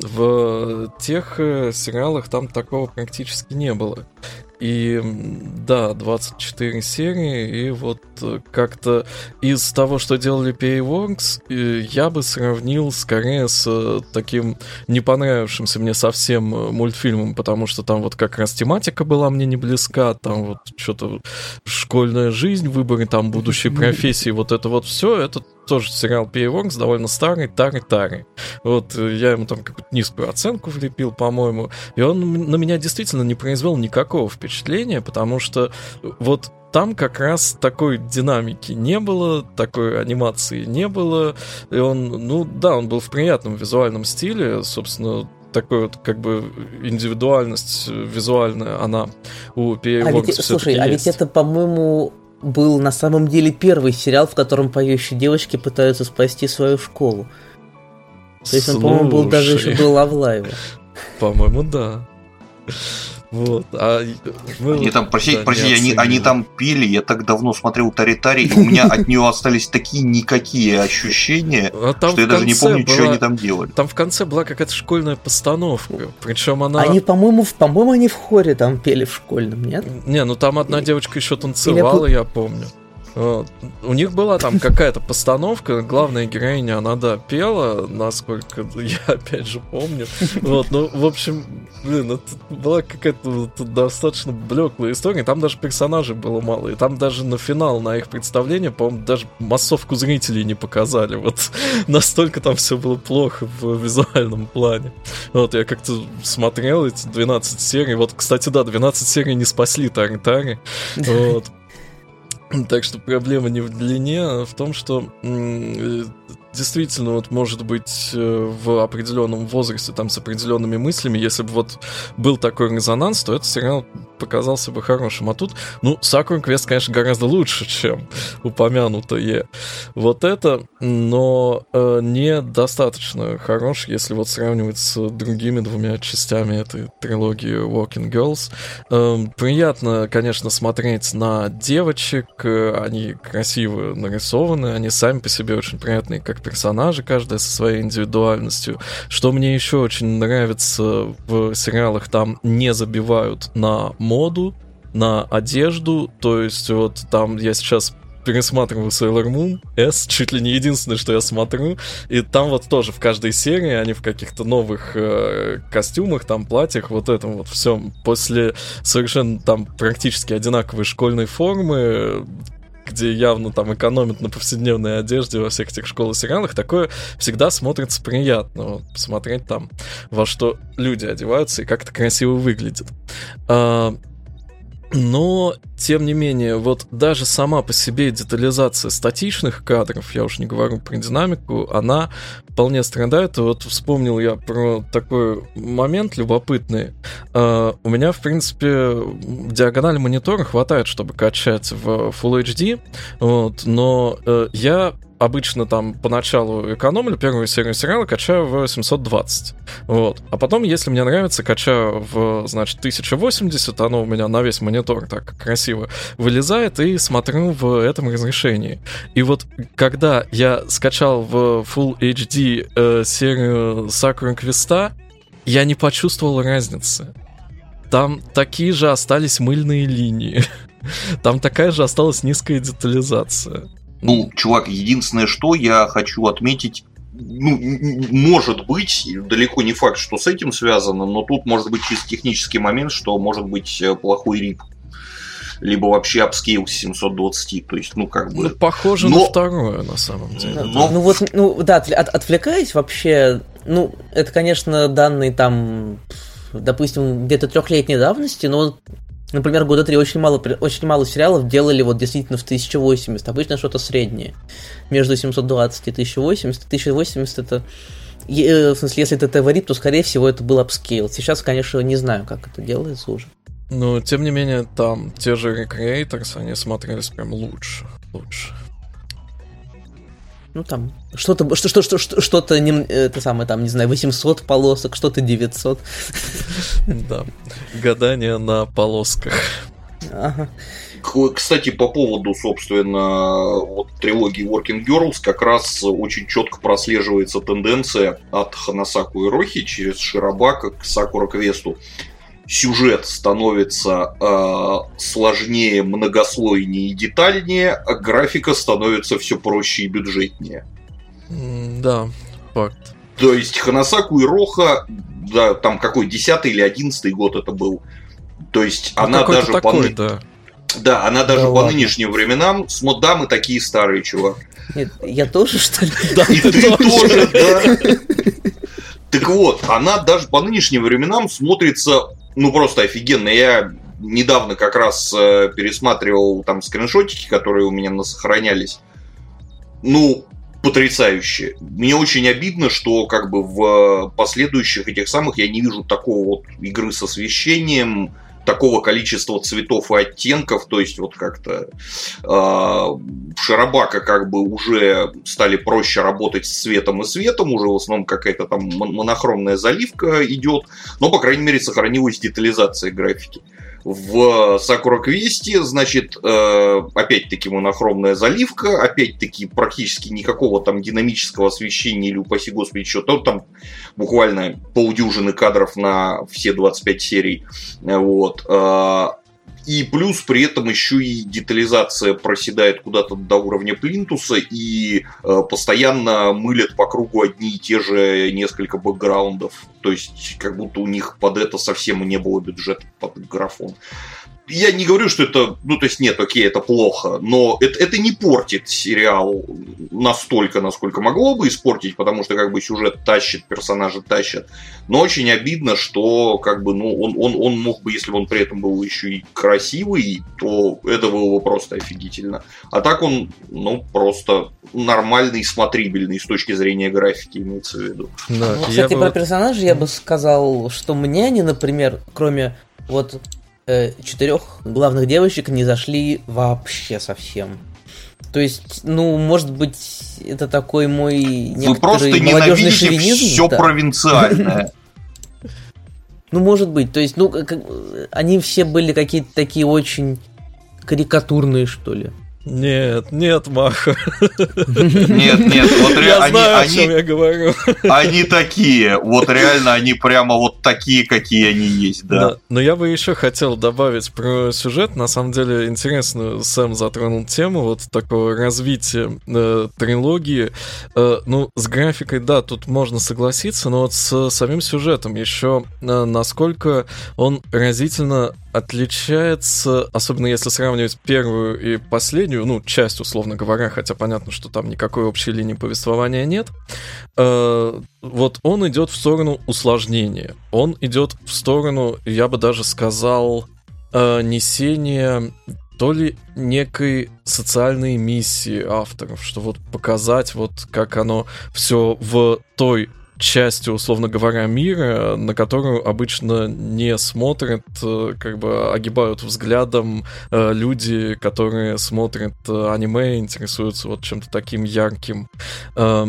В тех сериалах там такого практически не было. И да, 24 серии, и вот как-то из того, что делали P.A.Works, я бы сравнил скорее с таким не понравившимся мне совсем мультфильмом, потому что там вот как раз тематика была мне не близка, там вот что-то школьная жизнь, выборы там будущей профессии, вот это вот все, это тоже сериал P.A.Works, довольно старый, Тари-Тари. Вот я ему там какую-то низкую оценку влепил, по-моему, и он на меня действительно не произвел никакого впечатления, потому что вот там как раз такой динамики не было, такой анимации не было, и он, он был в приятном визуальном стиле, собственно, такой вот как бы индивидуальность визуальная, она у P.A.Works все-таки есть. А ведь это, по-моему, был на самом деле первый сериал, в котором поющие девочки пытаются спасти свою школу. То есть он, по-моему, был даже еще до Love Live. По-моему, да. Вот. Они там, простите, они там пили, я так давно смотрел Тари-Тари, и у меня от нее остались такие никакие ощущения, что я даже не помню, что они там делали. Там в конце была какая-то школьная постановка, причем она... Они, по-моему, они в хоре там пели в школьном, нет? Не, там одна девочка еще танцевала, я помню. Вот. У них была там какая-то постановка, главная героиня, она, пела, насколько я опять же помню. Вот, в общем, это была какая-то достаточно блеклая история, там даже персонажей было мало, и там даже на финал, на их представление, по-моему, даже массовку зрителей не показали, вот настолько там все было плохо в визуальном плане. Вот, я как-то смотрел эти 12 серий, вот, кстати, 12 серий не спасли Тари-Тари, вот. Так что проблема не в длине, а в том, что действительно, вот, может быть, в определенном возрасте, там, с определенными мыслями, если бы вот был такой резонанс, то этот сериал показался бы хорошим. А тут, Sakura Quest, конечно, гораздо лучше, чем упомянутое вот это, но недостаточно хорош, если вот сравнивать с другими двумя частями этой трилогии Working Girls. Приятно, конечно, смотреть на девочек, они красиво нарисованы, они сами по себе очень приятные, как персонажи, каждая со своей индивидуальностью. Что мне еще очень нравится в сериалах, там не забивают на моду, на одежду, то есть вот там я сейчас пересматриваю Sailor Moon S, чуть ли не единственное, что я смотрю, и там вот тоже в каждой серии они в каких-то новых костюмах, там, платьях, вот этом вот всем, после совершенно там практически одинаковой школьной формы, где явно там экономят на повседневной одежде во всех этих школах и сериалах, такое всегда смотрится приятно. Вот, посмотреть там, во что люди одеваются и как это красиво выглядит. Но, тем не менее, вот даже сама по себе детализация статичных кадров, я уж не говорю про динамику, она вполне страдает. И вот вспомнил я про такой момент любопытный. У меня, в принципе, диагонали монитора хватает, чтобы качать в Full HD, вот, но я обычно там поначалу экономлю первую серию сериала, качаю в 720. Вот. А потом, если мне нравится, качаю в, значит, 1080, оно у меня на весь монитор так красиво вылезает, и смотрю в этом разрешении. И вот когда я скачал в Full HD серию Sakura Quest, я не почувствовал разницы. Там такие же остались мыльные линии. Там такая же осталась низкая детализация. Чувак, единственное, что я хочу отметить, может быть, далеко не факт, что с этим связано, но тут может быть чисто технический момент, что может быть плохой рип. Либо вообще апскейл с 720, то есть, похоже на второе, на самом деле. Отвлекаясь вообще, это, конечно, данные там, допустим, где-то 3-летней давности, но... Например, года 3 очень мало сериалов делали вот действительно в 1080. Обычно что-то среднее. Между 720 и 1080. 1080 это... В смысле, если это ТВ-рип, то, скорее всего, это был апскейл. Сейчас, конечно, не знаю, как это делается уже. Но, тем не менее, там те же Recreators, они смотрелись прям лучше. Там что-то это самое, там, не знаю, 800 полосок, что-то 900. Да, гадание на полосках. Ага. Кстати, по поводу, собственно, вот трилогии Working Girls как раз очень четко прослеживается тенденция от Ханасаку Ирохи через Широбака к Sakura Quest. Сюжет становится сложнее, многослойнее и детальнее, а графика становится все проще и бюджетнее. Да, факт. То есть Ханасаку Ироха, да, там какой, 10-й или 11-й год это был. То есть она даже такой, да, она даже по нынешним временам, да, мы такие старые, чувак. Нет, я тоже, что ли? Да, и ты тоже, да. Так вот, она даже по нынешним временам смотрится... просто офигенно. Я недавно как раз пересматривал там скриншотики, которые у меня сохранялись. Потрясающе. Мне очень обидно, что как бы в последующих этих самых я не вижу такого вот игры с освещением, такого количества цветов и оттенков, то есть вот как-то Широбака как бы уже стали проще работать с цветом и светом, уже в основном какая-то там монохромная заливка идет, но, по крайней мере, сохранилась детализация графики. В Sakura Quest, значит, опять-таки монохромная заливка, опять-таки практически никакого там динамического освещения или, упаси господи, что-то там буквально полдюжины кадров на все 25 серий. Вот. И плюс при этом еще и детализация проседает куда-то до уровня плинтуса и постоянно мылят по кругу одни и те же несколько бэкграундов. То есть как будто у них под это совсем и не было бюджета под графон. я не говорю, что это, ну, то есть, нет, окей, это плохо, но это не портит сериал настолько, насколько могло бы испортить, потому что, как бы, сюжет тащит, персонажи тащат, но очень обидно, что, как бы, ну, он мог бы, если бы он при этом был еще и красивый, то это было бы просто офигительно. А так он, ну, просто нормальный, смотрибельный с точки зрения графики, имеется в виду. Да, ну, кстати, про персонажей я бы сказал, что мне они, например, кроме вот 4 главных девочек, не зашли вообще совсем. То есть, ну, может быть, это такой мой некоторый молодежный шовинизм. Вы просто ненавидите все провинциальное. Ну, может быть. То есть, ну, они все были какие-то такие очень карикатурные, что ли. Нет, Маха. Нет, вот я знаю, о чем я говорю. Они такие, вот реально они прямо вот такие, какие они есть, да. Но я бы еще хотел добавить про сюжет. На самом деле, интересно, Сэм затронул тему вот такого развития трилогии. Ну, с графикой, да, тут можно согласиться, но вот с самим сюжетом еще насколько он разительно отличается, особенно если сравнивать первую и последнюю, ну, часть, условно говоря, хотя понятно, что там никакой общей линии повествования нет. Вот он идет в сторону усложнения. Он идет в сторону, я бы даже сказал, несения то ли некой социальной миссии авторов, что вот показать, вот как оно все в той частью, условно говоря, мира, на которую обычно не смотрят, как бы огибают взглядом люди, которые смотрят аниме, интересуются вот чем-то таким ярким. А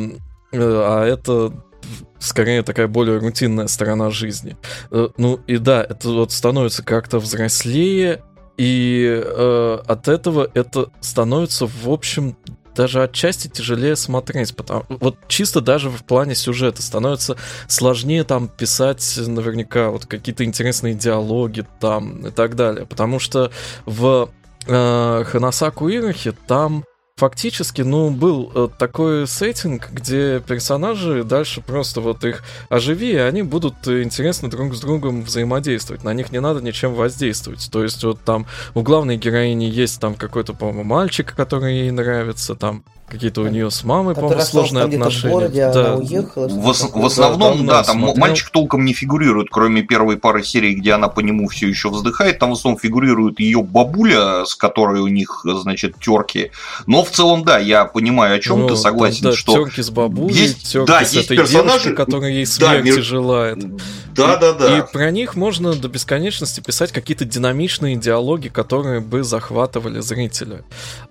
это скорее такая более рутинная сторона жизни. Ну и да, это вот становится как-то взрослее, и от этого это становится, в общем, даже отчасти тяжелее смотреть, потому вот чисто даже в плане сюжета становится сложнее там писать наверняка вот какие-то интересные диалоги там и так далее, потому что в Ханасаку Ирахи там фактически, ну, был такой сеттинг, где персонажи дальше просто вот их оживи, и они будут интересно друг с другом взаимодействовать. На них не надо ничем воздействовать. То есть вот там у главной героини есть там какой-то, по-моему, мальчик, который ей нравится, там какие-то у нее с мамой, по-моему, сложные отношения. В городе, да. Она уехала, в основном, да, там мальчик толком не фигурирует, кроме первой пары серий, где она по нему все еще вздыхает. Там в основном фигурирует ее бабуля, с которой у них, значит, терки. Но в целом, да, я понимаю, о чем ты, согласен, да, что терки с бабулей, есть, терки да, с есть этой девушкой, которая ей смерти желает. Да. И про них можно до бесконечности писать какие-то динамичные диалоги, которые бы захватывали зрителя.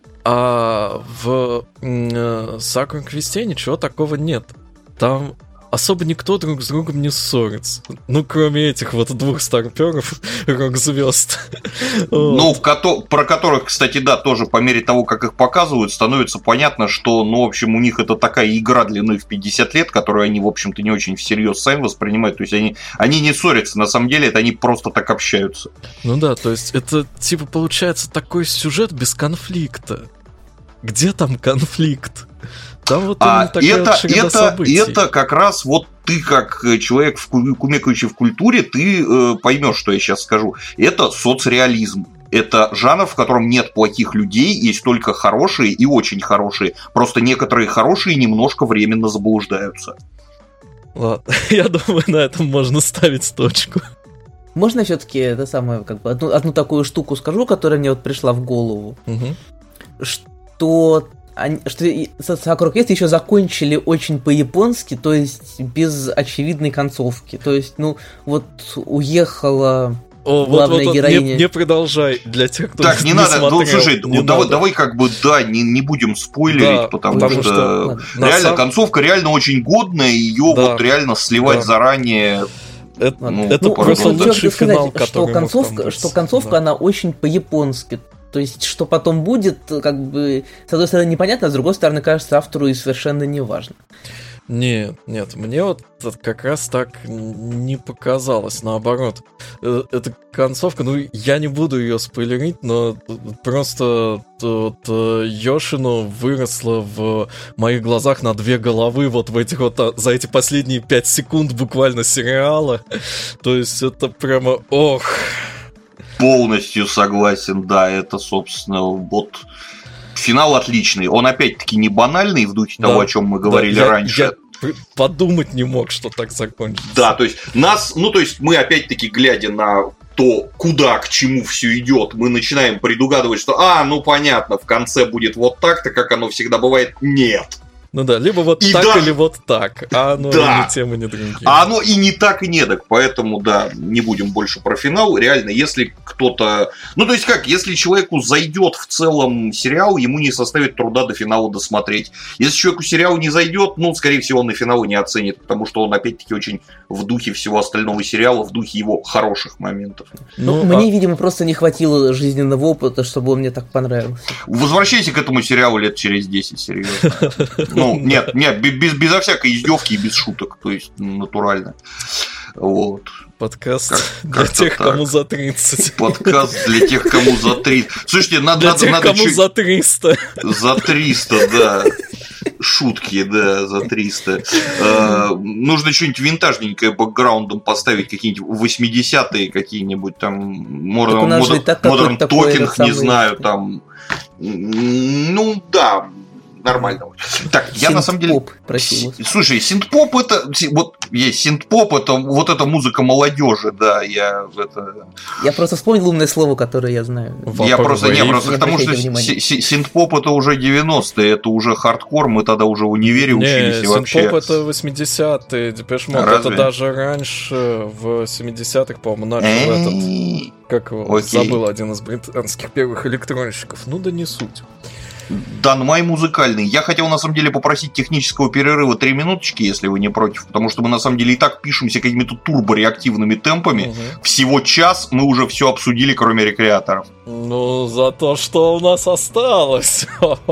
А в Sakura Quest ничего такого нет. Там особо никто друг с другом не ссорится. Ну, кроме этих вот 2 старперов, рок-звезд. Ну, про которых, кстати, да, тоже по мере того, как их показывают, становится понятно, что, ну, в общем, у них это такая игра длиной в 50 лет, которую они, в общем-то, не очень всерьез сами воспринимают. То есть они не ссорятся, на самом деле, это они просто так общаются. Ну да, то есть это, типа, получается такой сюжет без конфликта. Где там конфликт? Там вот такая событий. Это как раз вот ты, как человек, кумекающий в культуре, ты поймешь, что я сейчас скажу. Это соцреализм. Это жанр, в котором нет плохих людей, есть только хорошие и очень хорошие. Просто некоторые хорошие немножко временно заблуждаются. Ладно, я думаю, на этом можно ставить точку. Можно все-таки это самое, как бы одну такую штуку скажу, которая мне вот пришла в голову. Что Sakura Quest еще закончили очень по-японски, то есть без очевидной концовки. То есть, ну, вот уехала главная героиня. Не продолжай для тех, кто так, не надо, смотрел. Ну, слушай, давай как бы, да, не будем спойлерить, да, потому что реально концовка реально очень годная, ее вот реально сливать заранее... Это просто лучший финал, который что концовка, она очень по-японски. То есть, что потом будет, как бы, с одной стороны, непонятно, а с другой стороны, кажется, автору и совершенно не важно. Нет, мне вот как раз так не показалось, наоборот. Эта концовка, ну, я не буду ее спойлерить, но просто вот Йошино выросла в моих глазах на 2 головы вот в этих вот, за эти последние 5 секунд буквально сериала. То есть это прямо, ох... Полностью согласен, да, это, собственно, вот финал отличный. Он опять-таки не банальный в духе того, о чем мы говорили раньше. Я подумать не мог, что так закончится. Да, то есть мы опять-таки, глядя на то, куда, к чему все идет, мы начинаем предугадывать, что, понятно, в конце будет вот так-то, как оно всегда бывает. Нет. Ну да, либо вот и так, даже... или вот так. А оно да. ни тем, и ни другим. А оно и не так, и не так. Поэтому, да, не будем больше про финал. Реально, если кто-то... если человеку зайдет в целом сериал, ему не составит труда до финала досмотреть. Если человеку сериал не зайдет, скорее всего, он и финал не оценит, потому что он, опять-таки, очень в духе всего остального сериала, в духе его хороших моментов. Мне, видимо, просто не хватило жизненного опыта, чтобы он мне так понравился. Возвращайся к этому сериалу лет через 10, серьезно. Нет, безо всякой издевки и без шуток, то есть натурально. Вот. Подкаст для тех, кому за 30. Подкаст для тех, кому за 30. Слушайте, надо... кому за 300. За 300, да. Шутки, да, за 300. Нужно что-нибудь винтажненькое бэкграундом поставить, какие-нибудь 80-е какие-нибудь там. Modern Talking, не знаю, там. Да. Нормально. Так, я на самом деле... Слушай, синт-поп это... Вот есть синт-поп, это вот эта музыка молодежи, да, я просто вспомнил умное слово, которое я знаю. Потому что синт-поп это уже 90-е, это уже хардкор, мы тогда уже в универе учились и вообще... Синт-поп это 80-е, Депеш Мод, это даже раньше, в 70-х, по-моему, начал этот... Как его? Забыл один из британских первых электронщиков. Да не суть. Данмай музыкальный. Я хотел, на самом деле, попросить технического перерыва 3 минуточки, если вы не против, потому что мы, на самом деле, и так пишемся какими-то турбореактивными темпами. Всего час мы уже все обсудили, кроме рекреаторов. За то, что у нас осталось.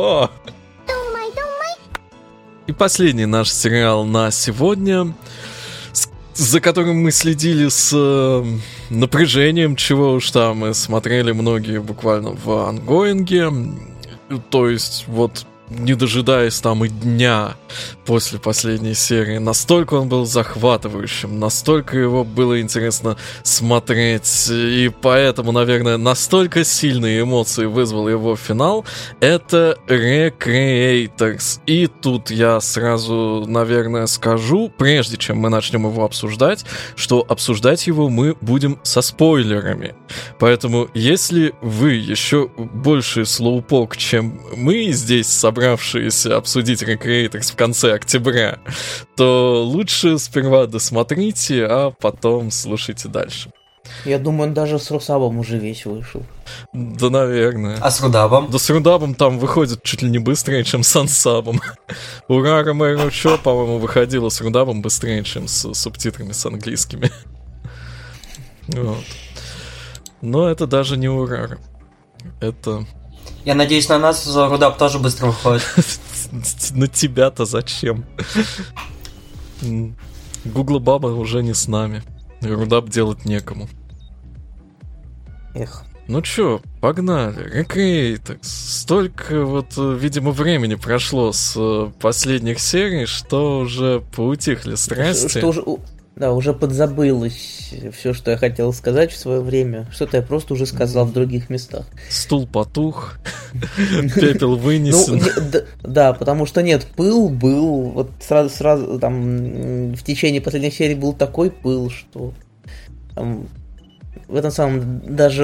И последний наш сериал на сегодня, за которым мы следили с напряжением, чего уж там, мы смотрели многие буквально в ангоинге. То есть, не дожидаясь там и дня после последней серии, настолько он был захватывающим, настолько его было интересно смотреть, и поэтому, наверное, настолько сильные эмоции вызвал его финал, это Recreators. И тут я сразу, наверное, скажу, прежде чем мы начнем его обсуждать, что обсуждать его мы будем со спойлерами. Поэтому, если вы еще больше слоупок, чем мы здесь собравшиеся обсудить Recreators в конце октября, то лучше сперва досмотрите, а потом слушайте дальше. Я думаю, он даже с Русабом уже весь вышел. Да, наверное. А с Рудабом? Да с Рудабом там выходит чуть ли не быстрее, чем с Ансабом. Урара Мэру Чо, по-моему, выходила с Рудабом быстрее, чем с субтитрами с английскими. Вот. Но это даже не Урара. Это... Я надеюсь, на нас Рудаб тоже быстро выходит. На тебя-то зачем? Гугла Баба уже не с нами. Рудаб делать некому. Эх. Ну чё, погнали. Recreators. Столько видимо, времени прошло с последних серий, что уже поутихли страсти. Уже подзабылось все, что я хотел сказать в свое время. Что-то я просто уже сказал в других местах. Стул потух, пепел вынесен. Да, потому что пыл был. Сразу там в течение последних серий был такой пыл, что в этом самом, даже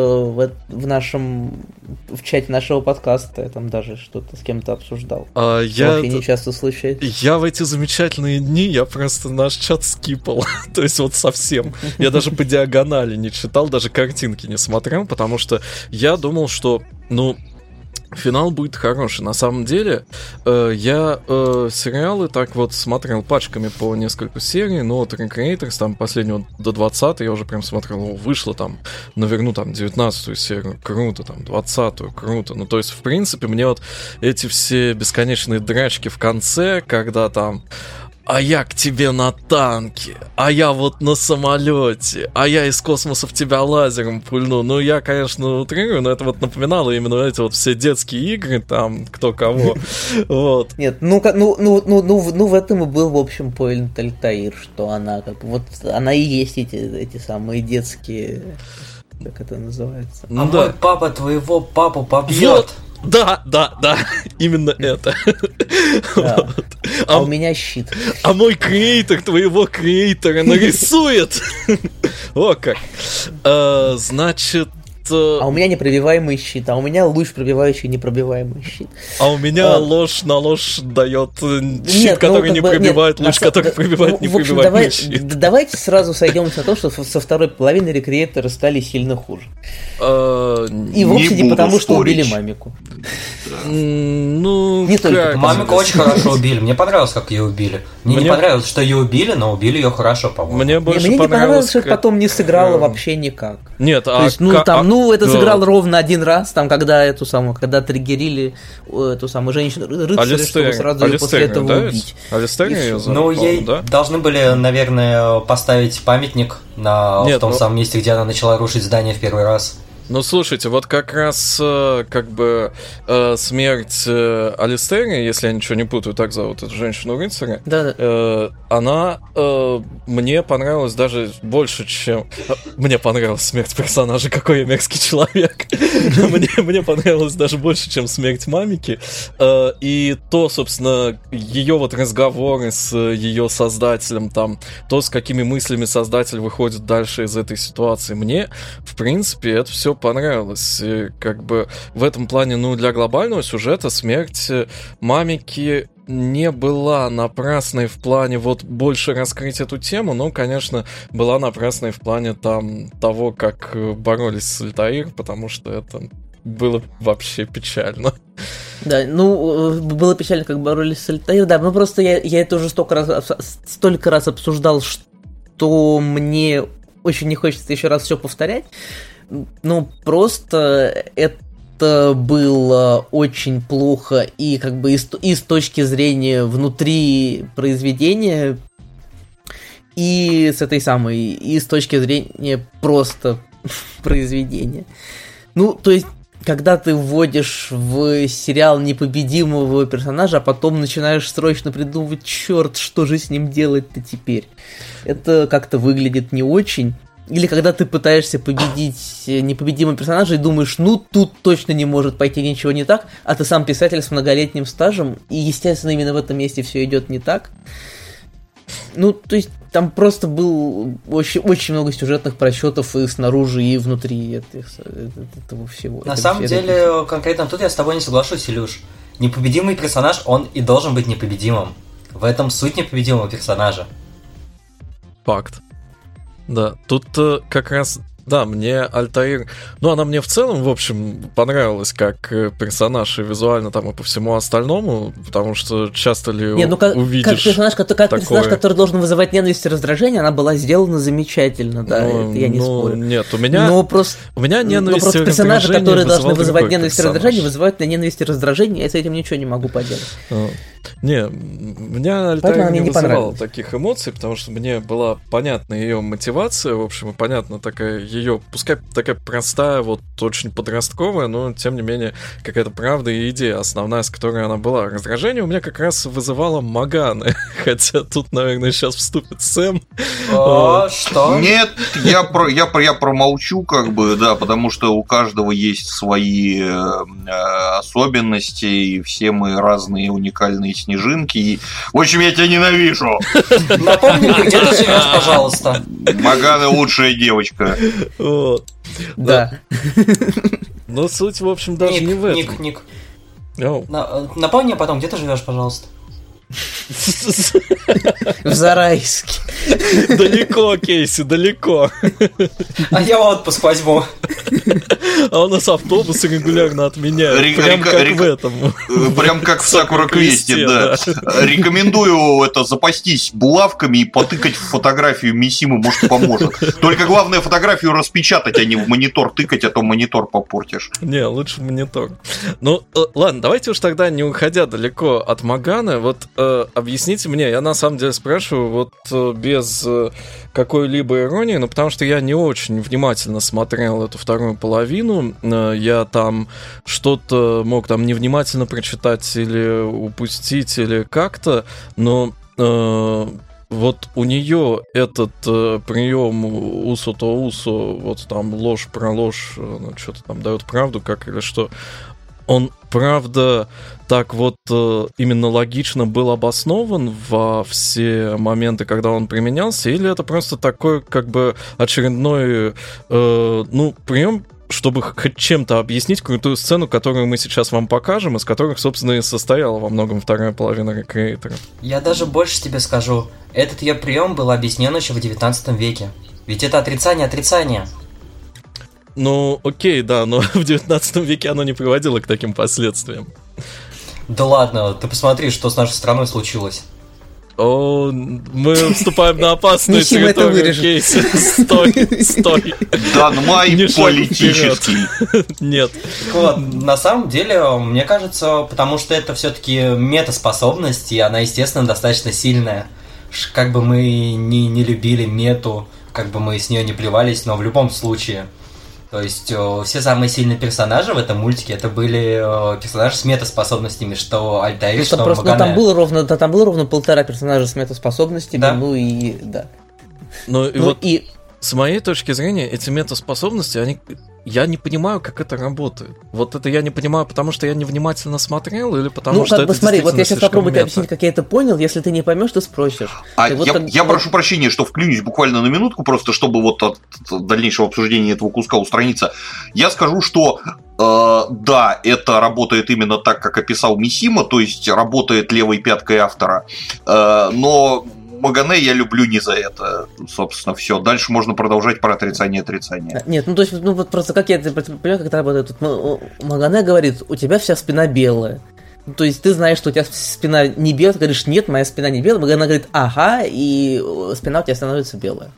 в чате нашего подкаста я там даже что-то с кем-то обсуждал. Не часто случается. Я в эти замечательные дни, я просто наш чат скипал. То есть совсем. Я даже по диагонали не читал, даже картинки не смотрел, потому что я думал, что, финал будет хороший. На самом деле, я сериалы так смотрел пачками по несколько серий, но Recreators, там последнего до 20 я уже прям смотрел, вышло там, наверну, там 19-ю серию, круто, там 20-ю, круто. То есть, в принципе, мне эти все бесконечные драчки в конце, когда там а я к тебе на танке, а я на самолете, а я из космоса в тебя лазером пульну. Я, конечно, утрирую, но это напоминало именно эти все детские игры, там, кто кого. Нет, в этом и был, в общем, поинт Альтаир, что она она и есть эти самые детские... как это называется. А мой папа твоего папу побьет. Вот. Да, именно это. Да. А у меня щит. А мой креатор твоего креатора нарисует. О как. Значит... А у меня непробиваемый щит, а у меня луч, пробивающий непробиваемый щит. А у меня ложь на ложь дает щит, который не пробивает, луч, который пробивает непробиваемый щит. Давайте сразу сойдемся на том, что со второй половины рекреаторы стали сильно хуже. И вовсе не потому, что убили Мамику. Ну, не только. Мамику очень хорошо убили. Мне понравилось, как ее убили. Мне не понравилось, что ее убили, но убили ее хорошо, по-моему. Мне не понравилось, что потом не сыграла вообще никак. Нет, это сыграл ровно один раз, там, когда когда триггерили эту самую женщину-рыцаря, чтобы сразу ее после этого убить. Алистерия ее зовут? Ну, ей должны были, наверное, поставить памятник в том самом месте, где она начала рушить здание в первый раз. Ну, слушайте, вот как раз как бы смерть Алистерии, если я ничего не путаю, так зовут эту женщину-рыцаря, она мне понравилась даже больше, чем... Мне понравилась смерть персонажа, какой я мерзкий человек. Мне понравилось даже больше, чем смерть Мамики. И то, собственно, ее вот разговоры с ее создателем, там, то, с какими мыслями создатель выходит дальше из этой ситуации. Мне, в принципе, это все понравилось. И как бы в этом плане, ну, для глобального сюжета смерть Мамики не была напрасной в плане вот больше раскрыть эту тему, но, конечно, была напрасной в плане там того, как боролись с Альтаир, потому что это было вообще печально. Да, ну, было печально, как боролись с Альтаир, да, но просто я это уже столько раз обсуждал, что мне очень не хочется еще раз все повторять. Ну, просто это было очень плохо и как бы и с точки зрения внутри произведения, и с этой самой, и с точки зрения просто произведения. Ну, то есть, когда ты вводишь в сериал непобедимого персонажа, а потом начинаешь срочно придумывать, черт, что же с ним делать-то теперь, это как-то выглядит не очень. Или когда ты пытаешься победить непобедимого персонажа и думаешь, ну, тут точно не может пойти ничего не так, а ты сам писатель с многолетним стажем, и, естественно, именно в этом месте все идет не так. Ну, то есть, там просто было очень много сюжетных просчетов и снаружи, и внутри этого всего. На самом деле, конкретно тут я с тобой не соглашусь, Илюш. Непобедимый персонаж, он и должен быть непобедимым. В этом суть непобедимого персонажа. Факт. Да, тут как раз, да, мне Альтаир, ну, она мне в целом, в общем, понравилась как персонаж и визуально там и по всему остальному, потому что часто ли увидишь как персонаж, который должен вызывать ненависть и раздражение, она была сделана замечательно, да, это я не спорю. Нет, у меня ненависть и раздражение персонажи, которые должны вызывать ненависть и раздражение, вызывают на ненависть и раздражение, я с этим ничего не могу поделать. Не, меня Альтаир не вызывал таких эмоций, потому что мне была понятна ее мотивация, в общем, и понятна такая ее, пускай такая простая, вот очень подростковая, но тем не менее какая-то правда и идея основная, с которой она была. Раздражение у меня как раз вызывало Маганы, хотя тут, наверное, сейчас вступит Сэм. Что? Нет, я промолчу, как бы, да, потому что у каждого есть свои особенности, и все мы разные уникальные снежинки. И... В общем, я тебя ненавижу. Напомни мне, где ты живешь, пожалуйста. Магана лучшая девочка. Вот. Да. Но суть, в общем, даже не в этом. Ник. Напомни мне потом, где ты живешь, пожалуйста. В Зарайске. Далеко, Кейси, далеко. А я отпуск возьму. А у нас автобусы регулярно отменяют. Прям как в этом. Прям как в Сакура Квесте, да. Рекомендую запастись булавками и потыкать в фотографию Мисимы, может, поможет. Только главное фотографию распечатать, а не в монитор тыкать, а то монитор попортишь. Не, лучше монитор. Ну, ладно, давайте уж тогда, не уходя далеко от Маганы, вот объясните мне, я на самом деле спрашиваю вот без какой-либо иронии, но потому что я не очень внимательно смотрел эту вторую половину, я там что-то мог там невнимательно прочитать или упустить, или как-то, но вот у нее этот прием усу то усу, вот там ложь про ложь, ну, что-то там дает правду, как или что, он, правда, так вот именно логично был обоснован во все моменты, когда он применялся, или это просто такой, как бы, очередной, прием, чтобы хоть чем-то объяснить крутую сцену, которую мы сейчас вам покажем, из которых, собственно, и состояла во многом вторая половина Recreator. Я даже больше тебе скажу. Этот ее прием был объяснен еще в 19 веке. Ведь это отрицание. Ну, окей, да, но в 19 веке оно не приводило к таким последствиям. Да ладно, ты посмотри, что с нашей страной случилось. О, мы вступаем на опасную территорию, Кейси. Стой. Данмай политический. Нет. Вот, на самом деле, мне кажется, потому что это все-таки метаспособность, и она, естественно, достаточно сильная. Как бы мы не любили мету, как бы мы с нее не плевались, но в любом случае. То есть все самые сильные персонажи в этом мультике это были персонажи с метаспособностями, что Альтаир, что Маганэ. Там было ровно 1,5 персонажа с метаспособностями, да? И с моей точки зрения, эти метаспособности, я не понимаю, как это работает. Вот это я не понимаю, потому что я невнимательно смотрел, или потому что это смотри, вот я сейчас попробую мета. объяснить, как я это понял, если ты не поймешь, ты спросишь. Я прошу прощения, что вклинюсь буквально на минутку, просто чтобы вот от дальнейшего обсуждения этого куска устраниться. Я скажу, что да, это работает именно так, как описал Мисима, то есть работает левой пяткой автора, но Маганэ я люблю не за это, собственно, все. Дальше можно продолжать про отрицание. Нет, то есть, вот просто как я понимаю, как это работает. Маганэ говорит, у тебя вся спина белая. То есть ты знаешь, что у тебя спина не белая, ты говоришь, нет, моя спина не белая. Маганэ говорит, ага, и спина у тебя становится белая.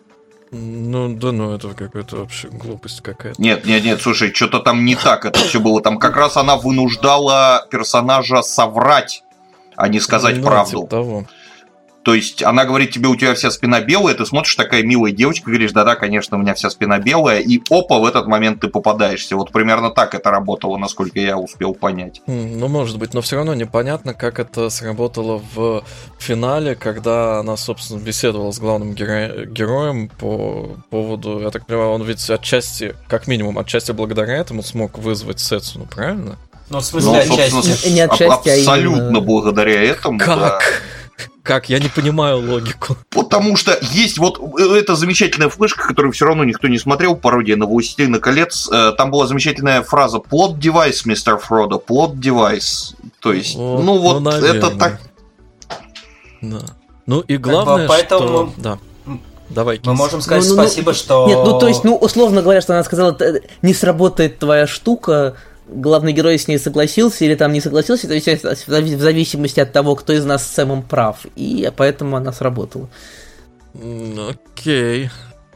Это какая-то вообще глупость какая-то. Нет, слушай, что-то там не так это все было. Там как раз она вынуждала персонажа соврать, а не сказать правду. Типа того. То есть она говорит тебе, у тебя вся спина белая, ты смотришь, такая милая девочка, говоришь, да-да, конечно, у меня вся спина белая, и опа, в этот момент ты попадаешься. Вот примерно так это работало, насколько я успел понять. Может быть, но все равно непонятно, как это сработало в финале, когда она, собственно, беседовала с главным героем по поводу, я так понимаю, он ведь отчасти, как минимум, отчасти благодаря этому смог вызвать Сетсуну, правильно? Ну, в смысле, отчасти. Не отчасти, абсолютно благодаря этому. Как? Да. Как? Я не понимаю логику. Потому что есть вот эта замечательная флешка, которую все равно никто не смотрел, пародия на «Властелина колец». Там была замечательная фраза «Plot device, мистер Фродо, plot device». То есть, это так... Да. Ну и главное, поэтому... что... Да. Давай, мы можем сказать спасибо, что... Нет, то есть, условно говоря, что она сказала, не сработает твоя штука, главный герой с ней согласился или там не согласился, то есть в зависимости от того, кто из нас с Сэмом прав, и поэтому она сработала. Окей.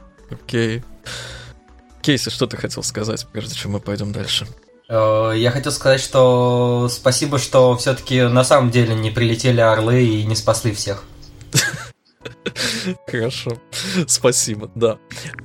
Кейси, что ты хотел сказать, прежде чем мы пойдем дальше? Я хотел сказать, что спасибо, что все-таки на самом деле не прилетели орлы и не спасли всех. Хорошо, спасибо, да.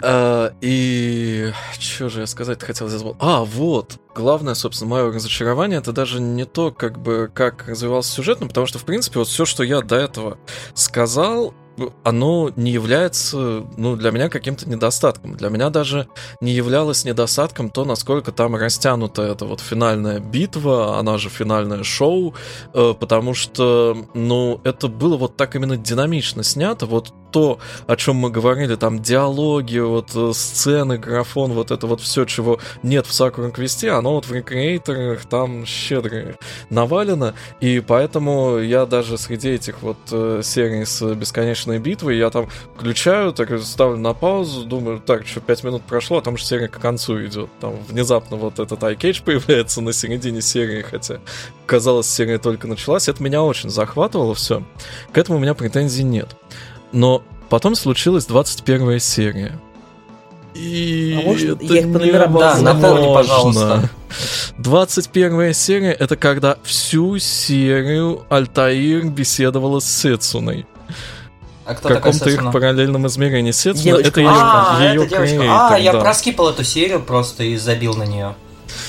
И что же я сказать хотел здесь? Вот, главное, собственно, мое разочарование, это даже не то, как развивался сюжет, потому что, в принципе, вот все, что я до этого сказал, оно не является, для меня каким-то недостатком. Для меня даже не являлось недостатком то, насколько там растянута эта вот финальная битва, она же финальное шоу, потому что, это было вот так именно динамично снято, вот то, о чем мы говорили, там диалоги, вот сцены, графон, вот это вот все, чего нет в Sakura Quest, оно вот в Recreator там щедро навалено, и поэтому я даже среди этих вот серий с бесконечной битвой, я там включаю, так ставлю на паузу, думаю, так, что 5 минут прошло, а там же серия к концу идет, там внезапно вот этот iCage появляется на середине серии, хотя казалось, серия только началась, это меня очень захватывало все, к этому у меня претензий нет. Но потом случилась 21 серия. И это я их по номерам напомни, пожалуйста. 21 серия — это когда всю серию Альтаир беседовала с Сетсуной. А кто в каком-то их параллельном измерении. Сетсуна — это ее девочка. креатор. Я проскипал эту серию просто и забил на нее.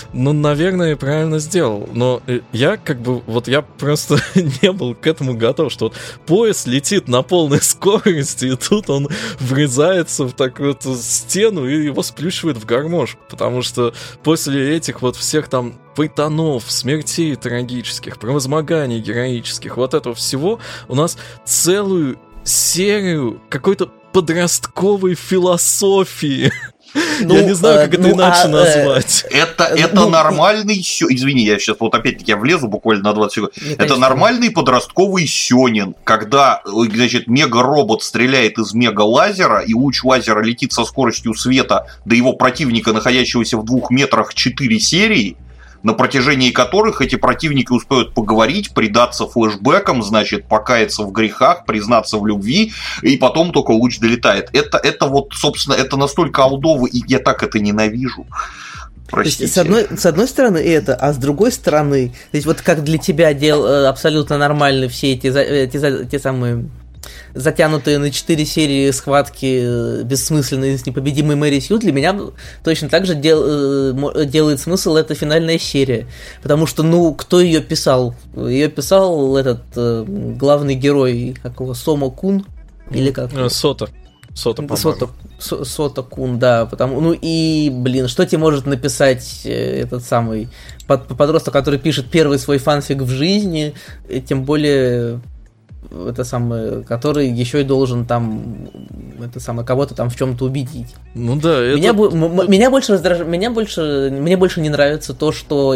наверное, правильно сделал. Но я я просто не был к этому готов, что вот поезд летит на полной скорости, и тут он врезается в такую стену и его сплющивает в гармошку. Потому что после этих вот всех там тонов, смертей трагических, превозмоганий героических, вот этого всего, у нас целую серию какой-то подростковой философии. Я не знаю, как это иначе назвать. Это нормальный... Извини, я сейчас вот опять-таки влезу буквально на 20 секунд. Это нормальный подростковый сёнэн, когда, значит, мега-робот стреляет из мега-лазера, и луч лазера летит со скоростью света до его противника, находящегося в 2 метрах 4 серии, на протяжении которых эти противники успеют поговорить, предаться флешбэкам, значит, покаяться в грехах, признаться в любви, и потом только луч долетает. Это вот, собственно, это настолько олдово, и я так это ненавижу. Простите. То есть, с одной стороны это, а с другой стороны, то есть вот как для тебя абсолютно нормальны все эти самые затянутые на 4 серии схватки бессмысленные с непобедимой Мэри Сью, для меня точно так же делает смысл эта финальная серия. Потому что, кто ее писал? Ее писал этот главный герой, как его, Сома Кун? Или как? Сота, по-моему. Сота Кун, да. Что тебе может написать этот самый подросток, который пишет первый свой фанфик в жизни, тем более... который еще и должен там кого-то там в чем-то убедить. Ну да, это... Меня больше не нравится то, что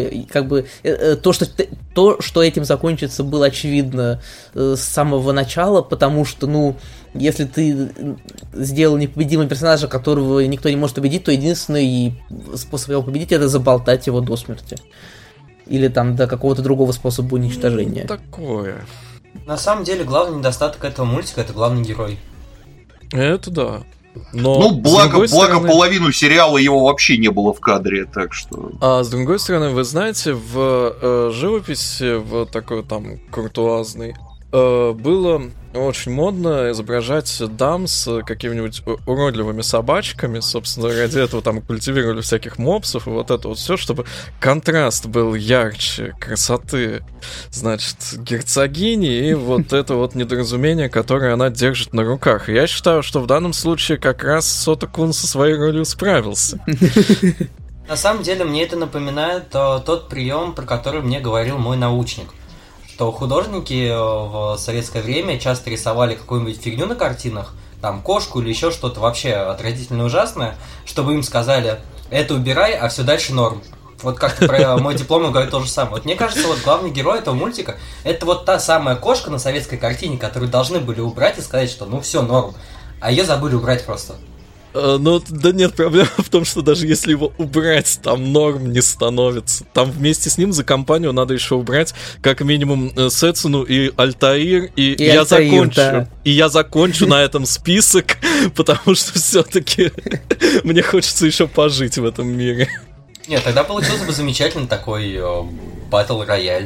что этим закончится, было очевидно с самого начала, потому что, если ты сделал непобедимого персонажа, которого никто не может победить, то единственный способ его победить — это заболтать его до смерти. Или там до какого-то другого способа уничтожения. Такое... На самом деле, главный недостаток этого мультика — это главный герой. Это да. Но благо половину сериала его вообще не было в кадре, так что... А с другой стороны, вы знаете, в живописи, в такой там куртуазной, было очень модно изображать дам с какими-нибудь уродливыми собачками. Собственно, ради этого там культивировали всяких мопсов и вот это вот все, чтобы контраст был ярче, красоты, значит, герцогини и вот это вот недоразумение, которое она держит на руках. И я считаю, что в данном случае как раз Сота Кун со своей ролью справился. На самом деле, мне это напоминает тот прием, про который мне говорил мой научник. Что художники в советское время часто рисовали какую-нибудь фигню на картинах, там кошку или еще что-то вообще отвратительно ужасное, чтобы им сказали: это убирай, а все дальше норм. Вот как-то про мой диплом говорит то же самое. Вот мне кажется, вот главный герой этого мультика — это вот та самая кошка на советской картине, которую должны были убрать и сказать, что все норм, а ее забыли убрать просто. Да нет, проблема в том, что даже если его убрать, там норм не становится. Там вместе с ним за компанию надо еще убрать как минимум Сэцуну и Альтаир, и я закончу. Да. И я закончу на этом список, потому что все-таки мне хочется еще пожить в этом мире. Нет, тогда получился бы замечательный такой Battle Royale.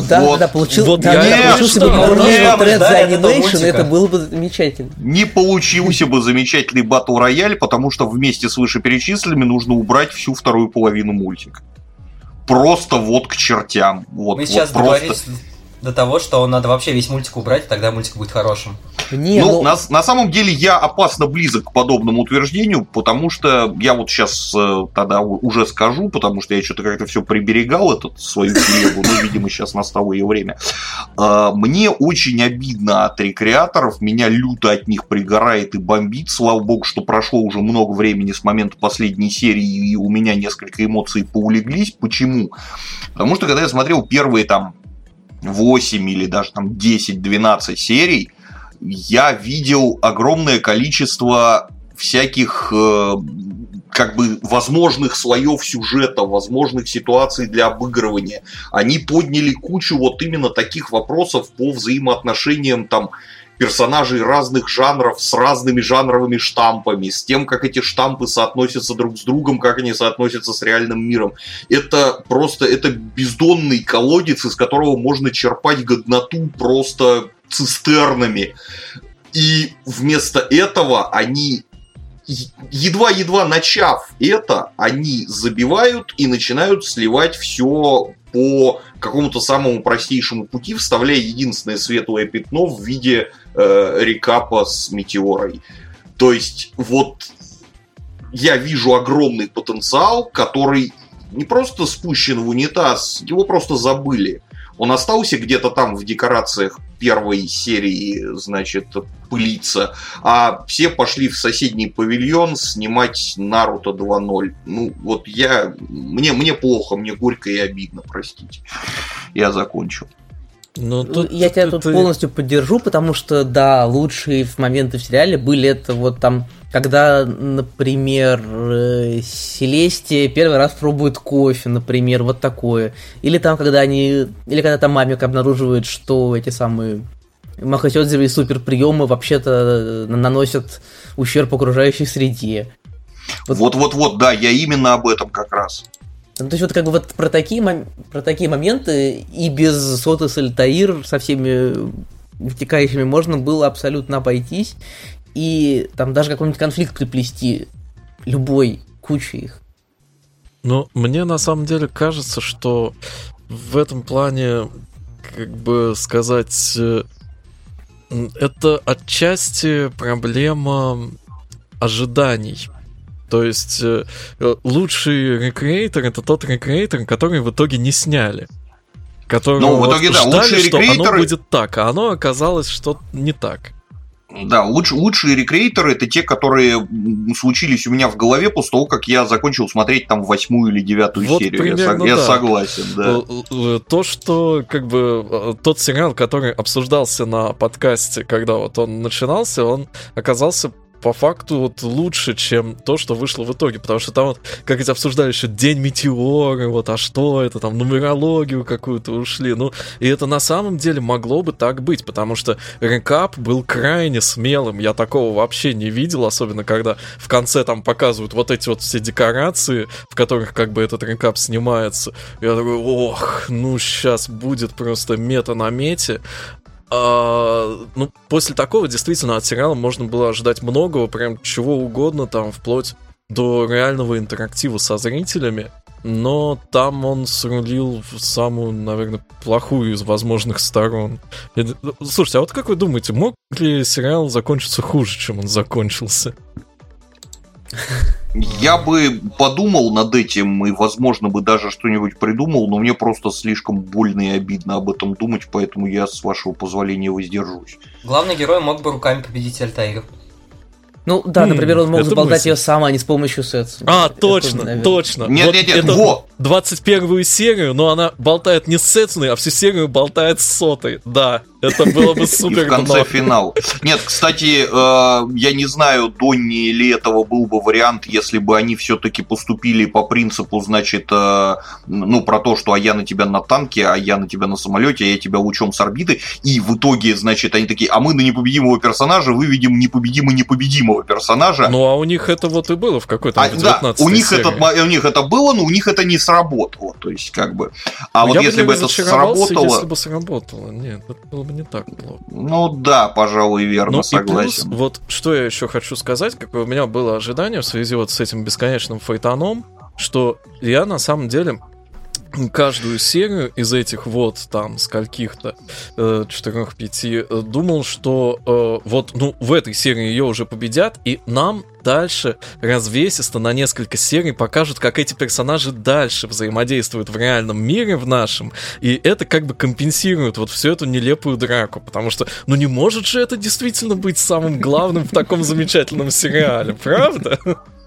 Получился бы тред за анимейшн, это было бы замечательно. Не получился бы замечательный Battle Royale, потому что вместе с вышеперечисленными нужно убрать всю вторую половину мультика. Просто вот к чертям. Мы сейчас договорились до того, что надо вообще весь мультик убрать, и тогда мультик будет хорошим. На самом деле я опасно близок к подобному утверждению, потому что я вот сейчас тогда уже скажу, потому что я что-то как-то все приберегал свою телегу, видимо, сейчас настало ее время. Мне очень обидно от рекреаторов, меня люто от них пригорает и бомбит, слава богу, что прошло уже много времени с момента последней серии, и у меня несколько эмоций поулеглись. Почему? Потому что когда я смотрел первые там 8 или даже там 10-12 серий, я видел огромное количество всяких возможных слоев сюжета, возможных ситуаций для обыгрывания. Они подняли кучу вот именно таких вопросов по взаимоотношениям там персонажей разных жанров с разными жанровыми штампами, с тем, как эти штампы соотносятся друг с другом, как они соотносятся с реальным миром. Это бездонный колодец, из которого можно черпать годноту просто цистернами. И вместо этого они едва-едва начав это, они забивают и начинают сливать все по какому-то самому простейшему пути, вставляя единственное светлое пятно в виде рекапа с метеорой. То есть, вот я вижу огромный потенциал, который не просто спущен в унитаз, его просто забыли. Он остался где-то там в декорациях первой серии, значит, пылиться, а все пошли в соседний павильон снимать Наруто 2.0. Ну, вот мне плохо, мне горько и обидно, простите. Я закончил. Я тебя тут полностью поддержу, потому что, да, лучшие моменты в сериале были это вот там, когда, например, Селестия первый раз пробует кофе, например, вот такое. Или там, когда там Мамик обнаруживает, что эти самые махосёдзевые суперприемы вообще-то наносят ущерб окружающей среде. Вот, да, я именно об этом как раз. Ну, то есть вот как бы вот про такие моменты и без Сотос Альтаир со всеми вытекающими можно было абсолютно обойтись. И там даже какой-нибудь конфликт приплести, любой, куча их. Ну, мне на самом деле кажется, что в этом плане, как бы сказать, это отчасти проблема ожиданий. То есть лучший рекреатор — это тот рекреатор, который в итоге не сняли. Который в итоге, да, ждали, что оно будет так, а оно оказалось, что не так. Да, лучшие рекреаторы — это те, которые случились у меня в голове после того, как я закончил смотреть там 8-ю или 9-ю вот серию. Я согласен, да. То, что как бы тот сериал, который обсуждался на подкасте, когда вот он начинался, он оказался по факту вот лучше, чем то, что вышло в итоге, потому что там вот, как эти обсуждали еще День метеора, вот, а что это, там, нумерологию какую-то ушли, ну, и это на самом деле могло бы так быть, потому что рекап был крайне смелым, я такого вообще не видел, особенно когда в конце там показывают вот эти вот все декорации, в которых как бы этот рекап снимается, я такой, ох, ну, сейчас будет просто мета на мете. Ну, после такого действительно от сериала можно было ожидать многого, прям чего угодно, там, вплоть до реального интерактива со зрителями, но там он срулил в самую, наверное, плохую из возможных сторон. Слушайте, а вот как вы думаете, мог ли сериал закончиться хуже, чем он закончился? Я бы подумал над этим и, возможно, бы даже что-нибудь придумал, но мне просто слишком больно и обидно об этом думать, поэтому я, с вашего позволения, воздержусь. Главный герой мог бы руками победить Альтаира. Ну да, например, он мог заболтать ее сам, а не с помощью сетса. Точно. Нет, вот. 21-ю серию, но она болтает не с Сетсуной, а всю серию болтает с Сотой. Да, это было бы супер. И в конце финал. Нет, кстати, я не знаю, Донни ли этого был бы вариант, если бы они все-таки поступили по принципу, значит, ну, про то, что а я на тебя на танке, а я на тебя на самолете, а я тебя лучом с орбиты, и в итоге, значит, они такие, а мы на непобедимого персонажа выведем непобедимого персонажа. Ну, а у них это вот и было в какой-то 19-й да, у них это было, но у них это не сработало, то есть, как бы. А вот если бы это сработало... Если бы сработало, нет, это было бы не так плохо. Ну да, пожалуй, верно, согласен. И плюс, вот что я еще хочу сказать, какое у меня было ожидание в связи вот с этим бесконечным фейтоном, что я на самом деле каждую серию из этих вот там скольких-то 4-5 думал, что вот ну в этой серии ее уже победят, и нам дальше развесисто на несколько серий покажут, как эти персонажи дальше взаимодействуют в реальном мире, в нашем, и это как бы компенсирует вот всю эту нелепую драку, потому что ну не может же это действительно быть самым главным в таком замечательном сериале, правда?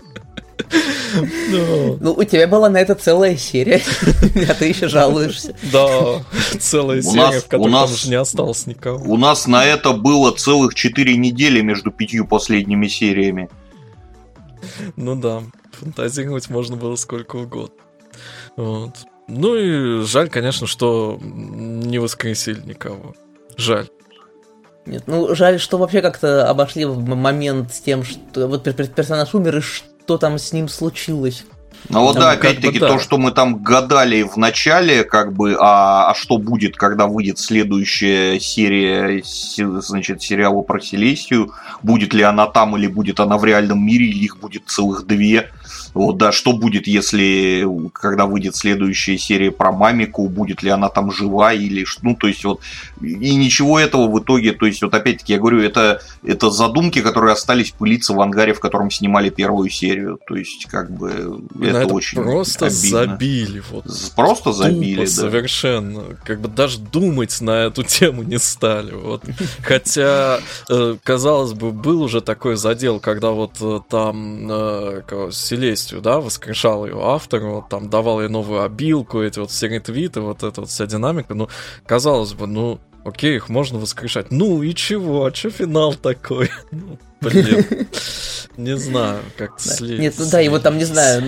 Ну, у тебя была на это целая серия, а ты еще жалуешься. Да, целая серия, в которой там уже не осталось никого. У нас на это было целых 4 недели между 5 последними сериями. Ну да, фантазировать можно было сколько угодно. Вот. Ну и жаль, конечно, что не воскресили никого. Жаль. Нет, ну жаль, что вообще как-то обошли момент с тем, что вот персонаж умер, и что там с ним случилось. Ну вот там, да, опять-таки, то, что мы там гадали в начале, как бы, а что будет, когда выйдет следующая серия, значит, сериала про Селестию, будет ли она там или будет она в реальном мире, или их будет целых две. Вот, да, что будет, если, когда выйдет следующая серия про Мамику, будет ли она там жива или что, ну, то есть вот, и ничего этого в итоге, то есть вот опять-таки я говорю, это задумки, которые остались пылиться в ангаре, в котором снимали первую серию, то есть как бы это очень просто обидно. Забили, вот. Просто забили, тупо, да. Совершенно, как бы даже думать на эту тему не стали, вот. Хотя, казалось бы, был уже такой задел, когда вот там Селестию, да, воскрешал ее автор, вот, там давал ей новую обилку, эти вот все ретвиты, вот эта вот вся динамика, ну, казалось бы, ну, окей, их можно воскрешать. Ну и чего? А чё финал такой? Ну, блин, не знаю, как слить. Нет, ну да, его там, не знаю,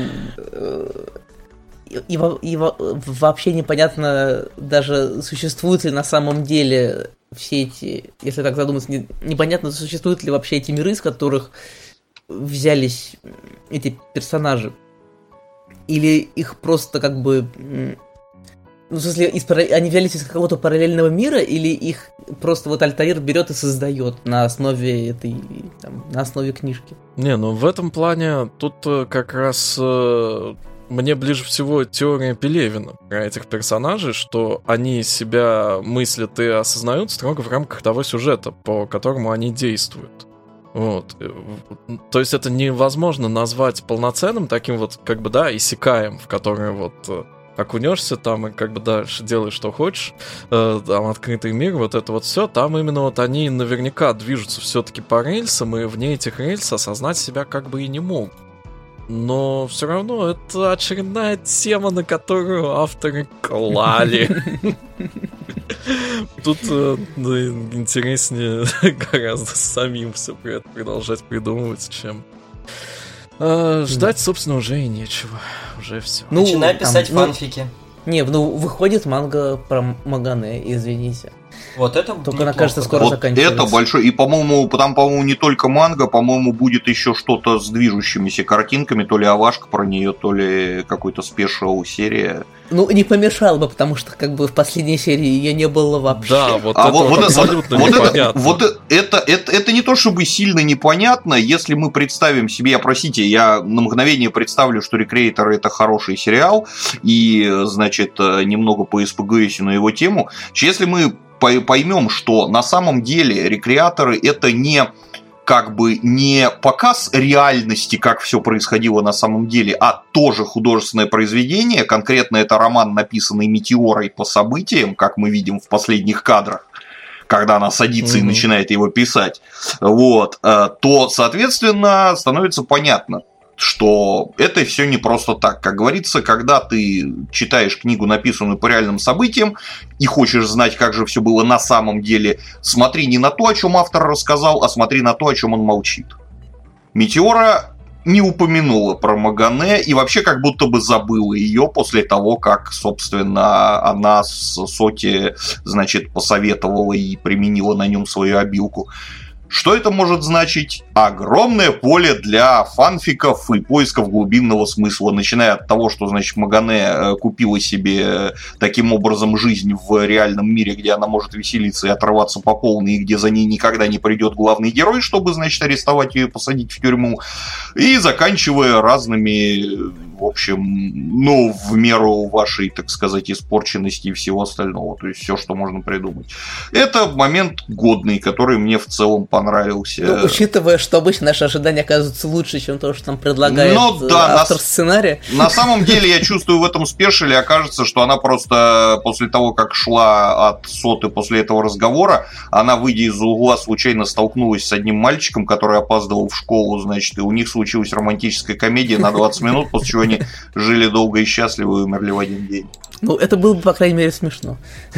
и вообще непонятно даже, существуют ли на самом деле все эти, если так задуматься, непонятно, существуют ли вообще эти миры, из которых взялись эти персонажи. Или их просто как бы... Ну, в смысле, они взялись из какого-то параллельного мира, или их просто вот Альтаир берет и создает на основе этой, там, на основе книжки? Не, ну в этом плане тут как раз мне ближе всего теория Пелевина про этих персонажей, что они себя мыслят и осознают строго в рамках того сюжета, по которому они действуют. Вот. То есть это невозможно назвать полноценным таким вот, как бы, да, исекаем, в который вот окунешься там и как бы дальше делаешь, что хочешь, там открытый мир, вот это вот все, там именно вот они наверняка движутся все-таки по рельсам, и вне этих рельс осознать себя как бы и не могут. Но все равно это очередная тема, на которую авторы клали. Тут интереснее гораздо самим все продолжать придумывать, чем ждать, собственно, уже и нечего. Уже все. Начинай писать фанфики. Не, ну выходит манга про Магане, извините. Вот это только она, кажется, скоро вот заканчивается. Это большой. И, по-моему, там, не только манга, по-моему, будет еще что-то с движущимися картинками, то ли овашка про нее, то ли какой-то спешл-серия. Ну, не помешало бы, потому что как бы в последней серии ее не было вообще. Да, вот это абсолютно непонятно. Это не то чтобы сильно непонятно, если мы представим себе, простите, я на мгновение представлю, что Рекреаторы — это хороший сериал, и, значит, немного по СПГС на его тему. Если мы поймем, что на самом деле Рекреаторы — это не как бы не показ реальности, как все происходило на самом деле, а тоже художественное произведение, конкретно это роман, написанный Метеорой по событиям, как мы видим в последних кадрах, когда она садится и начинает его писать, вот, то, соответственно, становится понятно, что это все не просто так. Как говорится, когда ты читаешь книгу, написанную по реальным событиям, и хочешь знать, как же все было на самом деле, смотри не на то, о чем автор рассказал, а смотри на то, о чем он молчит. Метеора не упомянула про Магане и вообще как будто бы забыла ее после того, как, собственно, она с Соти, значит, посоветовала и применила на нем свою обилку. Что это может значить? Огромное поле для фанфиков и поисков глубинного смысла, начиная от того, что, значит, Магане купила себе таким образом жизнь в реальном мире, где она может веселиться и отрываться по полной, и где за ней никогда не придет главный герой, чтобы, значит, арестовать ее и посадить в тюрьму, и заканчивая разными, в общем, ну, в меру вашей, так сказать, испорченности и всего остального, то есть все, что можно придумать. Это момент годный, который мне в целом понравился. Ну, учитывая, что обычно наши ожидания оказываются лучше, чем то, что нам предлагает автор сценария. На самом деле, я чувствую, в этом спешиле окажется, что она просто после того, как шла от Соты после этого разговора, она, выйдя из угла, случайно столкнулась с одним мальчиком, который опаздывал в школу, значит, и у них случилась романтическая комедия на 20 минут, после чего они жили долго и счастливо и умерли в один день. Ну, это было бы, по крайней мере, смешно.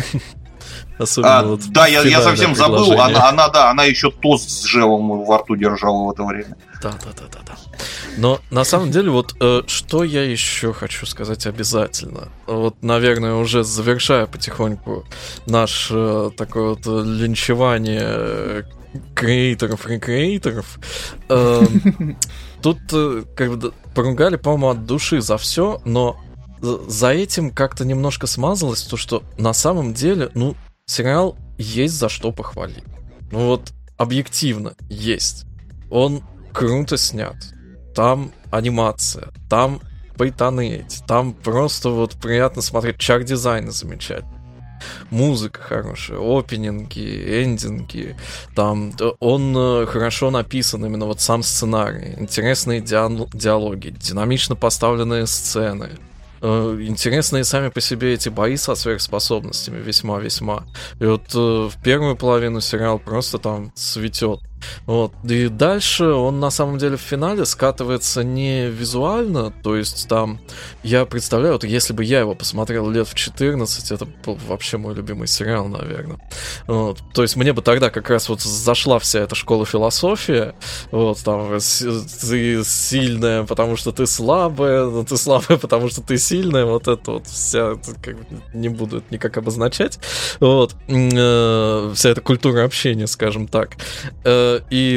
Особенно да, я совсем забыл. Она еще тост с джемом во рту держала в это время. Да. Но на самом деле, вот что я еще хочу сказать обязательно. Вот, наверное, уже завершая потихоньку наш такое вот линчевание рекреаторов. Тут как бы поругали, по-моему, от души за все, но за этим как-то немножко смазалось то, что на самом деле, ну, сериал есть за что похвалить. Ну вот, объективно есть. Он круто снят. Там анимация, там пейтонеть, там просто вот приятно смотреть, чар-дизайн замечательный. Музыка хорошая, опенинги, эндинги, там он хорошо написан, именно вот сам сценарий, интересные диалоги, динамично поставленные сцены, интересные сами по себе эти бои со сверхспособностями, весьма-весьма. И вот в первую половину сериал просто там цветет. Вот. И дальше он на самом деле в финале скатывается не визуально, то есть там, я представляю, вот если бы я его посмотрел лет в 14, это был вообще мой любимый сериал, наверное. Вот. То есть мне бы тогда как раз вот зашла вся эта школа философия, вот, там, ты сильная, потому что ты слабая, но ты слабая, потому что ты сильная, вот это вот вся, как, не буду это никак обозначать, вот, вся эта культура общения, скажем так. И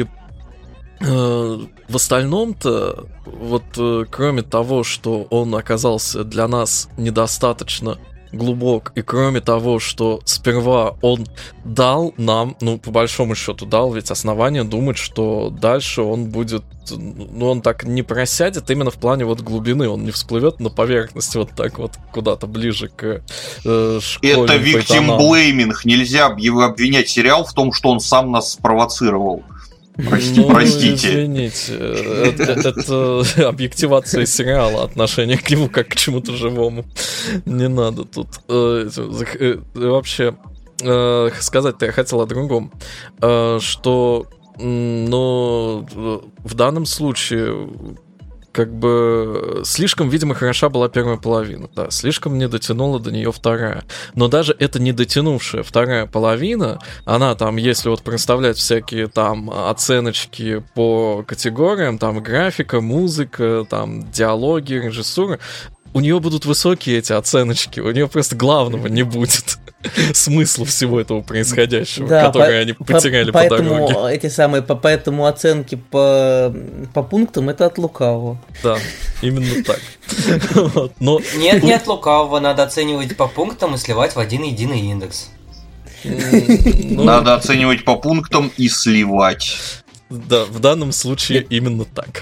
в остальном-то, вот кроме того, что он оказался для нас недостаточно глубок, и кроме того, что сперва он дал нам, ну, по большому счету дал ведь основание думать, что дальше он будет, ну, он так не просядет именно в плане вот глубины, он не всплывет на поверхность вот так вот куда-то ближе к школе. Это виктим-блейминг, нельзя обвинять сериал в том, что он сам нас спровоцировал. Простите. Извините, это объективация сериала, отношение к нему как к чему-то живому. Не надо тут. Вообще, сказать-то я хотел о другом. Что, ну, в данном случае, как бы, слишком, видимо, хороша была первая половина, да, слишком не дотянула до нее вторая. Но даже эта не дотянувшая вторая половина, она там, если вот проставлять всякие там оценочки по категориям, там графика, музыка, там диалоги, режиссура, у нее будут высокие эти оценочки, у нее просто главного не будет смысла всего этого происходящего, да, который они потеряли по дороге. Поэтому оценки по пунктам — это от лукавого. Да, именно так. Нет, не от лукавого, надо оценивать по пунктам и сливать в один единый индекс. Надо оценивать по пунктам и сливать. Да, в данном случае именно так.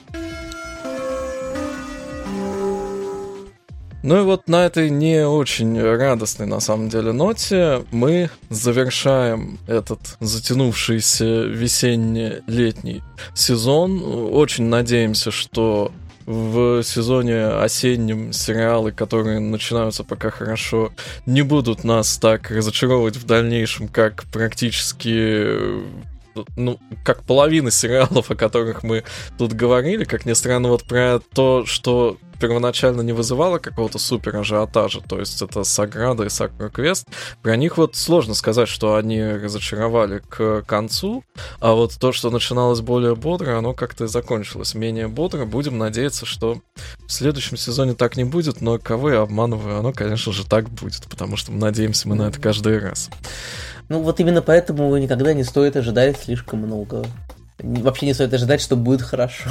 Ну и вот на этой не очень радостной, на самом деле, ноте мы завершаем этот затянувшийся весенне-летний сезон. Очень надеемся, что в сезоне осеннем сериалы, которые начинаются пока хорошо, не будут нас так разочаровывать в дальнейшем, как практически... Ну, как половина сериалов, о которых мы тут говорили, как ни странно, вот про то, что первоначально не вызывало какого-то супер ажиотажа, то есть это Саграда и Sakura Quest, про них вот сложно сказать, что они разочаровали к концу, а вот то, что начиналось более бодро, оно как-то и закончилось менее бодро. Будем надеяться, что в следующем сезоне так не будет, но кого я обманываю, оно, конечно же, так будет, потому что надеемся мы на это каждый раз. Ну вот именно поэтому никогда не стоит ожидать слишком много. Вообще не стоит ожидать, что будет хорошо.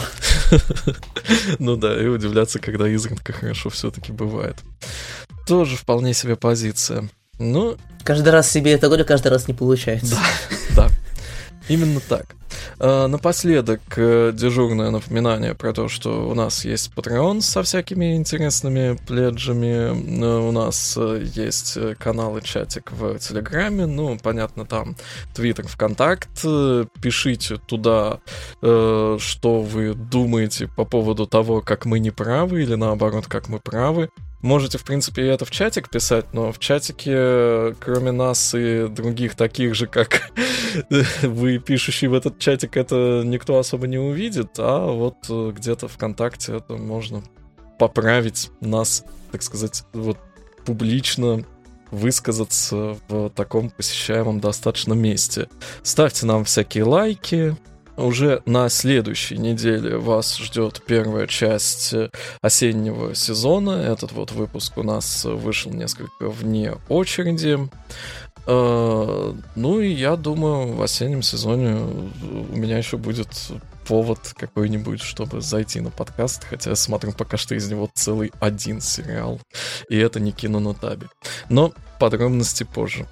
Ну да, и удивляться, когда изредка хорошо все-таки бывает. Тоже вполне себе позиция. Ну, каждый раз себе это горе, каждый раз не получается. Да, именно так. Напоследок дежурное напоминание про то, что у нас есть Patreon со всякими интересными пледжами, у нас есть канал и чатик в Телеграме, ну, понятно, там Твиттер, ВКонтакт, пишите туда, что вы думаете по поводу того, как мы не правы, или наоборот, как мы правы. Можете, в принципе, и это в чатик писать, но в чатике, кроме нас и других таких же, как вы, пишущие в этот чатик, это никто особо не увидит, а вот где-то ВКонтакте это можно поправить нас, так сказать, вот публично высказаться в таком посещаемом достаточно месте. Ставьте нам всякие лайки. Уже на следующей неделе вас ждет первая часть осеннего сезона. Этот вот выпуск у нас вышел несколько вне очереди. Ну и я думаю, в осеннем сезоне у меня еще будет повод какой-нибудь, чтобы зайти на подкаст, хотя я смотрю пока что из него целый один сериал, и это не кино на табе. Но подробности позже.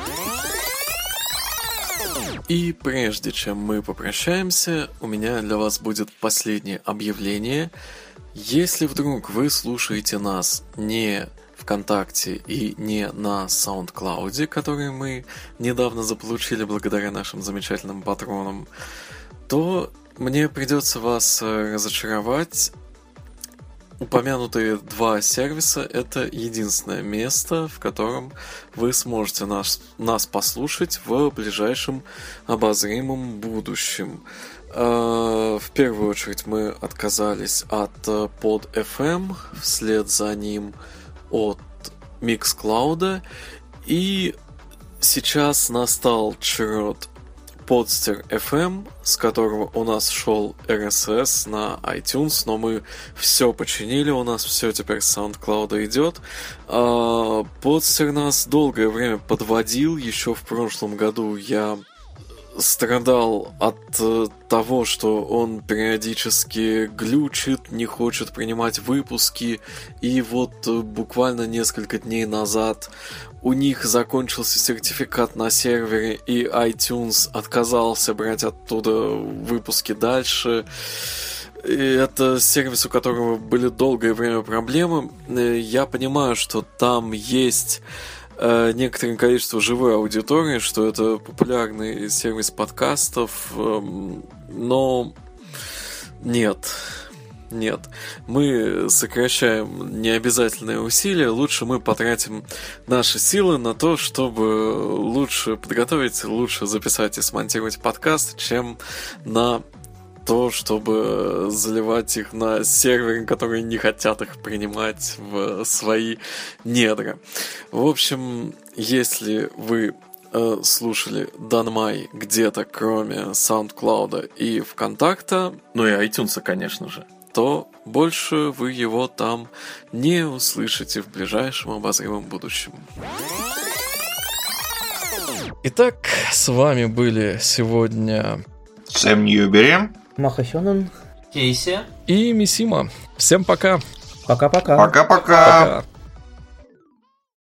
И прежде чем мы попрощаемся, у меня для вас будет последнее объявление. Если вдруг вы слушаете нас не ВКонтакте и не на SoundCloud, который мы недавно заполучили благодаря нашим замечательным патронам, то мне придется вас разочаровать. Упомянутые два сервиса — это единственное место, в котором вы сможете нас послушать в ближайшем обозримом будущем. В первую очередь мы отказались от Pod.fm, вслед за ним от Mixcloud, и сейчас настал черед Podster.fm, с которого у нас шел RSS на iTunes, но мы все починили, у нас все теперь с SoundCloud идет. Podster нас долгое время подводил, еще в прошлом году я страдал от того, что он периодически глючит, не хочет принимать выпуски, и вот буквально несколько дней назад у них закончился сертификат на сервере, и iTunes отказался брать оттуда выпуски дальше. И это сервис, у которого были долгое время проблемы. Я понимаю, что там есть некоторое количество живой аудитории, что это популярный сервис подкастов, но нет, мы сокращаем необязательные усилия, лучше мы потратим наши силы на то, чтобы лучше подготовить, лучше записать и смонтировать подкаст, чем на то, чтобы заливать их на серверы, которые не хотят их принимать в свои недра. В общем, если вы слушали Данмай где-то кроме SoundCloud и ВКонтакта, ну и iTunes, конечно же, то больше вы его там не услышите в ближайшем обозримом будущем. Итак, с вами были сегодня Сэм Ньюбери, Махасёнэн, Кейси и Мисима. Всем пока. Пока-пока. Пока-пока. Пока.